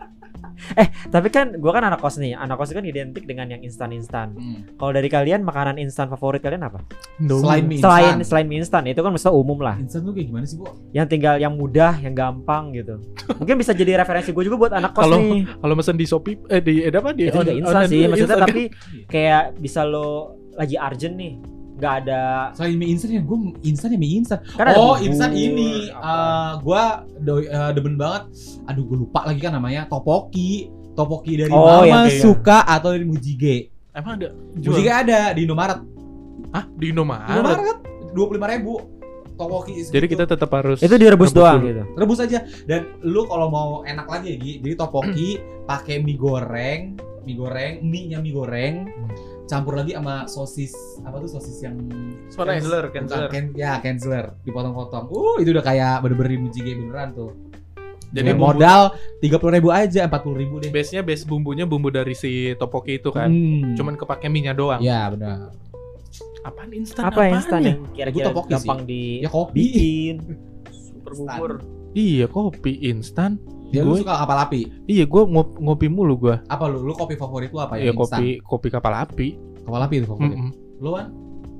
Tapi kan gua kan anak kos nih. Anak kos kan identik dengan yang instan-instan. Kalau dari kalian makanan instan favorit kalian apa? Selain mie Selain instan. mie instan itu kan mesti umum lah. Instan tuh kayak gimana sih, Bu? Yang tinggal yang mudah, yang gampang gitu. Mungkin bisa jadi referensi gue juga buat anak kos Kalau- nih. Kalau mesen di Shopee di apa di Itu juga instan online sih, juga maksudnya instan, tapi kayak bisa lo lagi urgent nih, nggak ada Selain mie instan ya, gue instan ya mie instan. kan ada Oh, bubur, instan ini. apa. Gue demen banget. Aduh, gue lupa lagi kan namanya. Topoki dari Oh, yang Mama kayak- Suka atau dari Mujige. Emang ada Mujige jual? ada di Indomaret. Hah? Di Indomaret. Indomaret 25.000. Topoki. Jadi kita tetap harus itu direbus doang dulu. gitu. rebus aja. Dan lu kalau mau enak lagi ya, Gi. Jadi topoki pakai mie goreng, mie-nya mie goreng, campur lagi sama sosis apa tuh sosis yang Canceler. Canceler dipotong-potong. Itu udah kayak bener-bener di Mujige beneran tuh. Jadi Dengan modal 30.000 aja, 40.000 deh. base bumbunya bumbu dari si topoki itu kan. Cuman kepake minyak doang. ya benar. Apaan instan? Apa apaan instan ya? yang kira-kira Gua topoki gampang Ya kopi. dibikin? Super bubur. Iya, kopi instan. Ya lu Gue suka kapal api? iya gue ngopi mulu gue. Apa lu? Lu kopi favorit lu apa Iya, ya? Instan? kopi kapal api. Kapal api itu favorit. Mm-mm. Lu kan?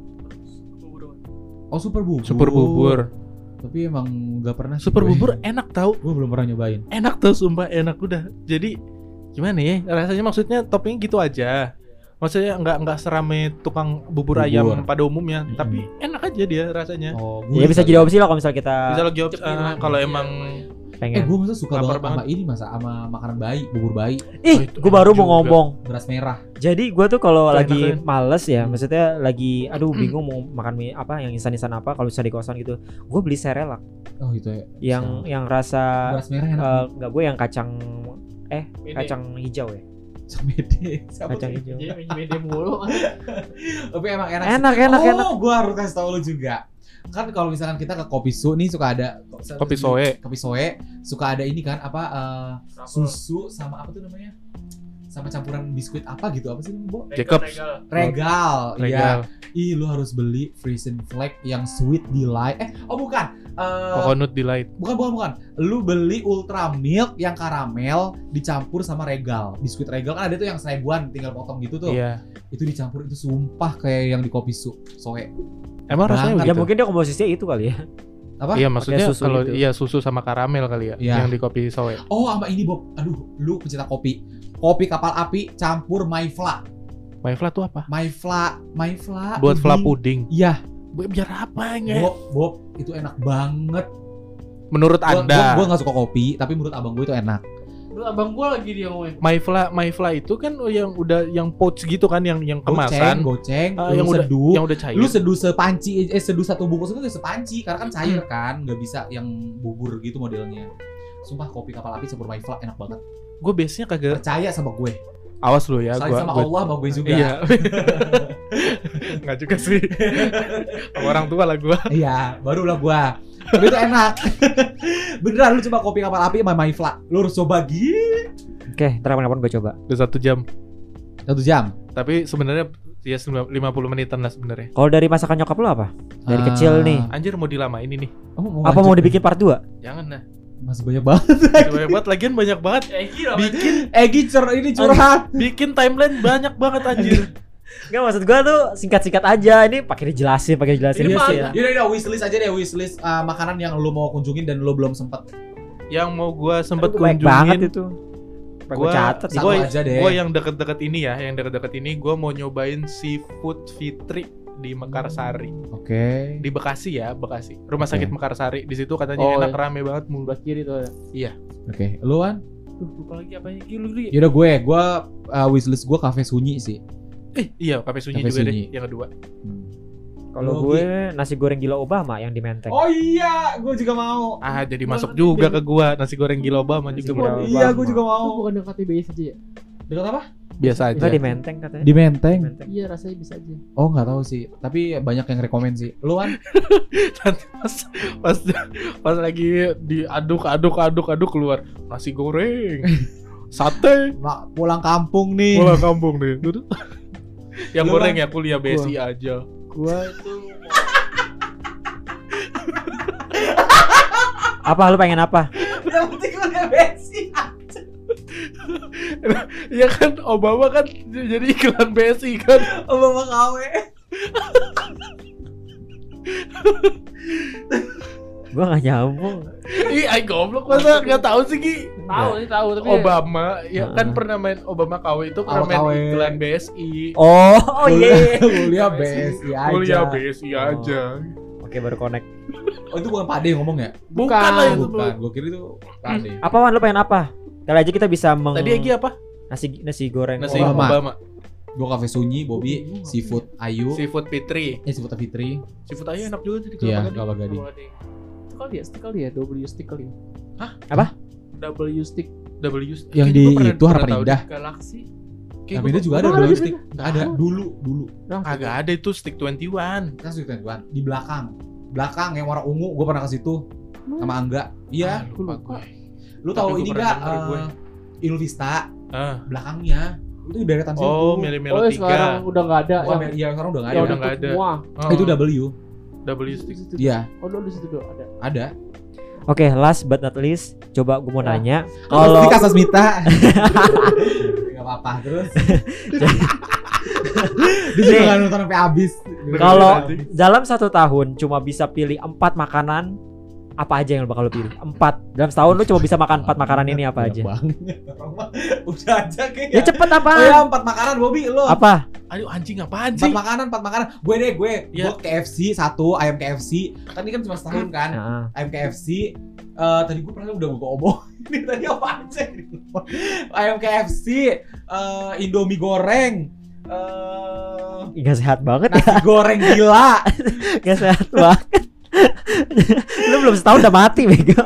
Bubur. Oh, super bubur. Super bubur. Tapi emang nggak pernah sih Super gue. bubur enak tau. Gue belum pernah nyobain. Enak tuh sumpah enak udah. Jadi gimana ya? Rasanya maksudnya toppingnya gitu aja. Maksudnya nggak serame tukang bubur Bubur. ayam pada umumnya, Mm-mm. tapi enak aja dia rasanya. Oh, Ya bisa jadi opsi lah kalau misalnya kita Bisa lo jawab Cemilan. kalau emang pengen. gue masa suka Lapar banget sama ini masa sama makanan bayi, bubur bayi, Ih, itu gue baru enak mau juga. ngomong. beras merah. Jadi gue tuh kalau Itu lagi enak kan? males ya, maksudnya lagi aduh bingung mau makan mie apa yang instan-instan apa kalau bisa di kosan gitu. Gue beli Cerelac Oh gitu ya. yang rasa Beras merah enak. enggak gue yang kacang Mede. kacang hijau ya. Mede. Kacang hijau. Jadi media mulu. Tapi emang enak. Enak, enak, enak. Oh, gue harus kasih tau lu juga. Kan kalau misalkan kita ke Kopi Su nih suka ada Kopi Soe. Kopi Soe suka ada ini kan apa susu sama apa tuh namanya? Sama campuran biskuit apa gitu, apa sih namanya, Bo? Jacobs. Regal. Regal. Iya. Ih, lu harus beli Frisian Flake yang Sweet Delight. Bukan. Coconut Delight. Bukan. Lu beli Ultra Milk yang karamel dicampur sama Regal. Biskuit Regal kan ada tuh yang 1000-an tinggal potong gitu tuh. Iya. Itu dicampur itu sumpah kayak yang di Kopi Soe. Emang rasanya Banget. Ya gitu? mungkin dia komposisinya itu kali ya. Apa? Iya maksudnya susu kalau itu. iya susu sama karamel kali ya Iya. yang di kopi soe. Oh, sama ini Bob. Aduh, lu pecinta kopi. Kopi kapal api campur Maifla. Maifla tuh apa? Maifla Buat fla puding. puding. Iya, Biar apa ya? Bob, itu enak banget. Menurut Anda, Gua gak suka kopi, tapi menurut abang gue itu enak. Lu abang gua lagi dia ngomongin. Maifla itu kan yang udah yang pouch gitu kan yang kemasan. Goceng, yang lu udah seduh. yang udah cair. Lu seduh sepanci, seduh satu bungkus itu sepanci karena kan cair kan, nggak bisa yang bubur gitu modelnya. Sumpah kopi kapal api campur Maifla enak banget. Gue biasanya kagak Percaya sama gue. awas lu ya Saling sama Allah sama gue juga. Iya. Enggak juga sih. Sama orang tua lah gue. Iya, barulah gue. Tapi itu enak. Beneran lu coba kopi kapal api sama Maifla. Lu harus coba Oke, ntar kapan-kapan gue coba. Udah 1 jam. 1 jam. Tapi sebenarnya ya 50 menitan lah sebenarnya. Kalau dari masakan nyokap lu apa? Dari kecil nih. Anjir mau dilamain ini nih. Apa mau dibikin part 2? Jangan dah. Masih banyak banget. Masih banyak banget, lagian banyak banget. Bikin Ini curhat. bikin timeline banyak banget anjir. Enggak, maksud gua tuh singkat-singkat aja. Ini pakai dijelasin. Iya Ini sih. ya. Yaudah, wishlist aja deh, wishlist makanan yang lu mau kunjungin dan lu belum sempet. Yang mau gua sempet Aduh, banyak banget kunjungin. itu. Gua Gua catat satu ya. aja deh. Gua yang deket-deket ini ya, gua mau nyobain seafood Fitri di Mekarsari. Oke. Di Bekasi ya, Bekasi. Rumah Oke. sakit Mekarsari. Di situ katanya Oh, enak, rame banget mulu. Sebelah kiri tuh ada. Oke. Lu kan? Lupa lagi apanya dulu ya. Yaudah gue wishlist gue Cafe Sunyi sih. Iya, Cafe Sunyi Cafe juga Sunyi. deh yang kedua. Kalau Lu, gue nasi goreng gila Obama yang di Menteng. Oh iya, gue juga mau. Ah, jadi Gua masuk ngerti juga deh. ke gua nasi goreng gila Obama Nasi juga. goreng Bro. Iya, Obama. gue juga Itu mau. bukan dekat TBS aja ya? Dekat apa? Biasa aja. Enggak di Menteng katanya. Di Menteng. Menteng. Iya, rasanya bisa aja. Oh nggak tahu sih. Tapi banyak yang rekomen sih. Lu kan? Nanti pas lagi diaduk keluar nasi goreng, sate, Pulang kampung nih. pulang kampung deh. Yang Lu goreng kan? ya kuliah BSI aja. Gua itu Apa lu pengen apa? Yang penting udah besi. Ya kan Obama kan jadi iklan BSI kan. Obama KW. Gua enggak nyambung. Ih, ay goblok masa enggak tahu sih Ki. tahu tapi Obama ya kan pernah main Obama KW itu pernah main KW. iklan BSI. Oh iya. Kuliah besi aja. Kuliah BSI Oh. aja. Oke, baru connect. Oh itu bukan Pade yang ngomong ya? Bukan lah itu. Bukan. Gue kira itu Pade. Apa Wan, lu pengen apa? Kali aja kita bisa Tadi Egi apa? nasi goreng Nasi Obama. Obama. Gue Cafe Sunyi, Bobby, Seafood Ayu, Seafood Fitri. Seafood Fitri. Seafood Ayu enak juga tuh di Iya, Kelapa Gading. Kelapa Gading. Stick kali ya, W stick kali ya. Hah? Apa? W stick W. Yang Kayaknya di gua pernah- itu Harapan pernah tahu Indah. Galaxy. Kayak Tapi gua- itu juga ada Emang double ada stick. gitu? Ada dulu. Kagak ada itu stick 21. Kan sudah kan di belakang. Belakang yang warna ungu, gue pernah ke situ sama Angga. Iya. Ah, lupa gue. Lu Tapi tahu gua ini pernah enggak denger gue. Inul Vista Ah. belakangnya itu deretan situ. Oh, Melo Sekarang 3. udah nggak ada. Bukan, iya sekarang udah enggak Ya ada. udah nggak ada. Semua. Oh, Itu W. W stick. Iya, Oh, di situ tuh ada. ada. Oke, last but not least, coba gue mau nanya. Kalau Kalau di Casa Smita. Enggak apa-apa terus. Dia juga nggak nonton sampai habis. kalau dalam 1 tahun cuma bisa pilih 4 makanan, apa aja yang lo bakal lo pilih? 4 dalam setahun lo cuma bisa makan 4 makanan ini apa aja? Udah aja Ya kayaknya. cepet Oh apa? ya 4 makanan Bobby lo. Apa? Aduh anjing apaan 4 sih? makanan. Gue deh, gue Iya. KFC 1, ayam KFC. Kan ini kan cuma setahun kan. Nah, Ayam KFC. Tadi gue pernah udah gue omong. Ini tadi apa aja? Ayam KFC, Indomie goreng, nggak sehat banget ya, nasi goreng gila. nggak sehat banget. Lu belum setahun udah mati, bego.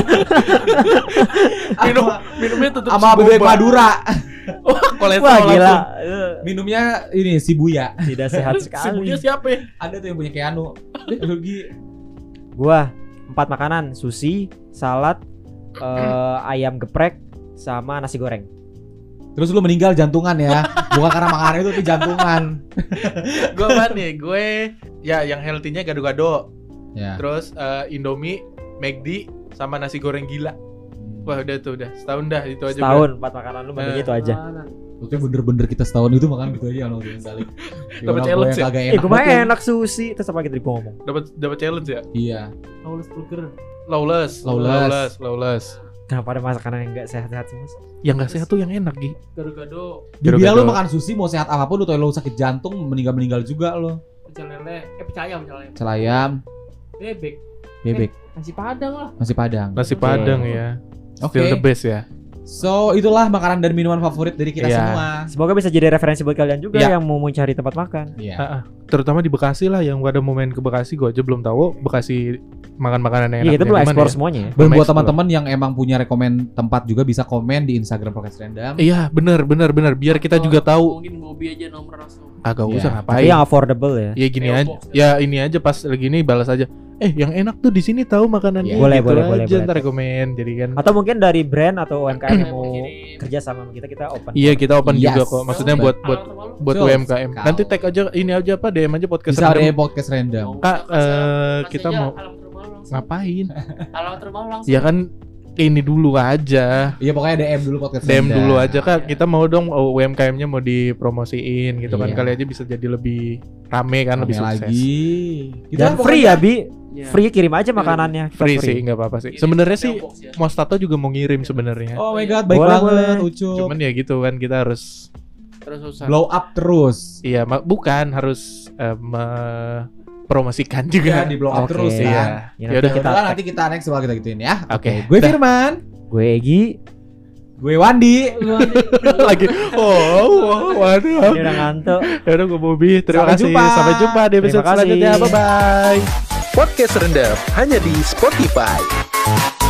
Minumnya tutup sama bebek Madura. Wah, kolesterol Wah gila, langsung. Minumnya ini Shibuya. tidak sehat Sibunya sekali. siapa ya? Ada tuh yang punya Keanu. Rugi. Gua 4 makanan, sushi, salad, ayam geprek, sama nasi goreng. Terus lu meninggal jantungan ya. Bukan karena makanan itu tapi jantungan. Gue apa nih? Gue ya yang healthy-nya gado-gado. Ya. Terus Indomie, McD, sama nasi goreng gila. Wah udah tuh udah setahun dah itu aja. Setahun 4 makanan lu baginya itu aja. Oke bener-bener kita setahun itu makan gitu aja kalau balik. Dapat challenge ya? Gue mah enak sushi, terus apa gitu gue ngomong. Dapat challenge ya? Iya. Lawless Burger. Lawless. Kenapa ada makanan yang nggak sehat-sehat sih mas? Yang nggak sehat tuh yang enak Gi. Gado-gado. Dibilang lu Gado-gado. makan sushi mau sehat apapun lu tau lu sakit jantung meninggal juga lo. Pecel lele. Pecel ayam. Celayam, Bebek. bebek, Nasi Padang lah. nasi padang. Nasi Oke. Padang ya. Oke. Still the best ya. So itulah makanan dan minuman favorit dari kita Iya. semua. Semoga bisa jadi referensi buat kalian juga Iya. yang mau mencari tempat makan. Iya. Terutama di Bekasi lah yang pada mau main ke Bekasi gue aja belum tahu Bekasi makan makanan yang Iya enak. kita belum explore semuanya ya. Dan buat Explore. teman-teman yang emang punya rekomen tempat juga bisa komen di Instagram Podcast Random. Iya bener biar kita juga tahu. Mungkin Bobby aja nomor langsung. Agak Iya. usah Tapi ngapain. yang affordable ya. Ya gini Mail aja. box. Ya ini aja pas lagi ini balas aja. Yang enak tuh di sini tahu makanan Iya. ini. Boleh, gitu boleh, aja, boleh. ntar rekomen jadi kan. Atau mungkin dari brand atau UMKM yang mau Kirim. kerja sama kita open. Iya kita open Yes. juga kok. Maksudnya buat Alamat rumah lu? buat Betul UMKM. sekali. Nanti tag aja ini aja apa DM aja podcast Bisa Random. ada Podcast Random. Mau Kak, kasih kita aja mau alamat rumah lu langsung. ngapain? Alamat rumah lu langsung. Ya kan ini dulu aja. Iya pokoknya DM dulu podcast DM Anda. dulu aja Kak. Kita mau dong UMKM-nya mau dipromosiin gitu kan. Iya. Kali aja bisa jadi lebih rame kan, lebih Rame sukses. lagi. Dan Kita free ya Bi. Iya. Free kirim aja makanannya. Kita Free sih, nggak apa-apa sih. Ini Sebenarnya sih mailbox ya. Mostato juga mau ngirim sebenarnya. Oh my god, baik Boleh, banget boleh. Ucup. Cuman ya gitu kan kita harus Terus susah. Blow up terus. iya bukan harus promosikan Ya juga. di blow up Oke. terus Iya. kan. Ya, Yaudah, nanti kita Kita nanti kita next bakal kita gituin ya. Oke. Gue Dah. Firman, gue Egi. gue Wandi. Lagi. Waduh. Ini udah ngantuk. Ya udah gue Bobby. Terima Sampai kasih. jumpa. Sampai jumpa di episode Terima kasih. selanjutnya. Bye bye. Podcast Rendam hanya di Spotify.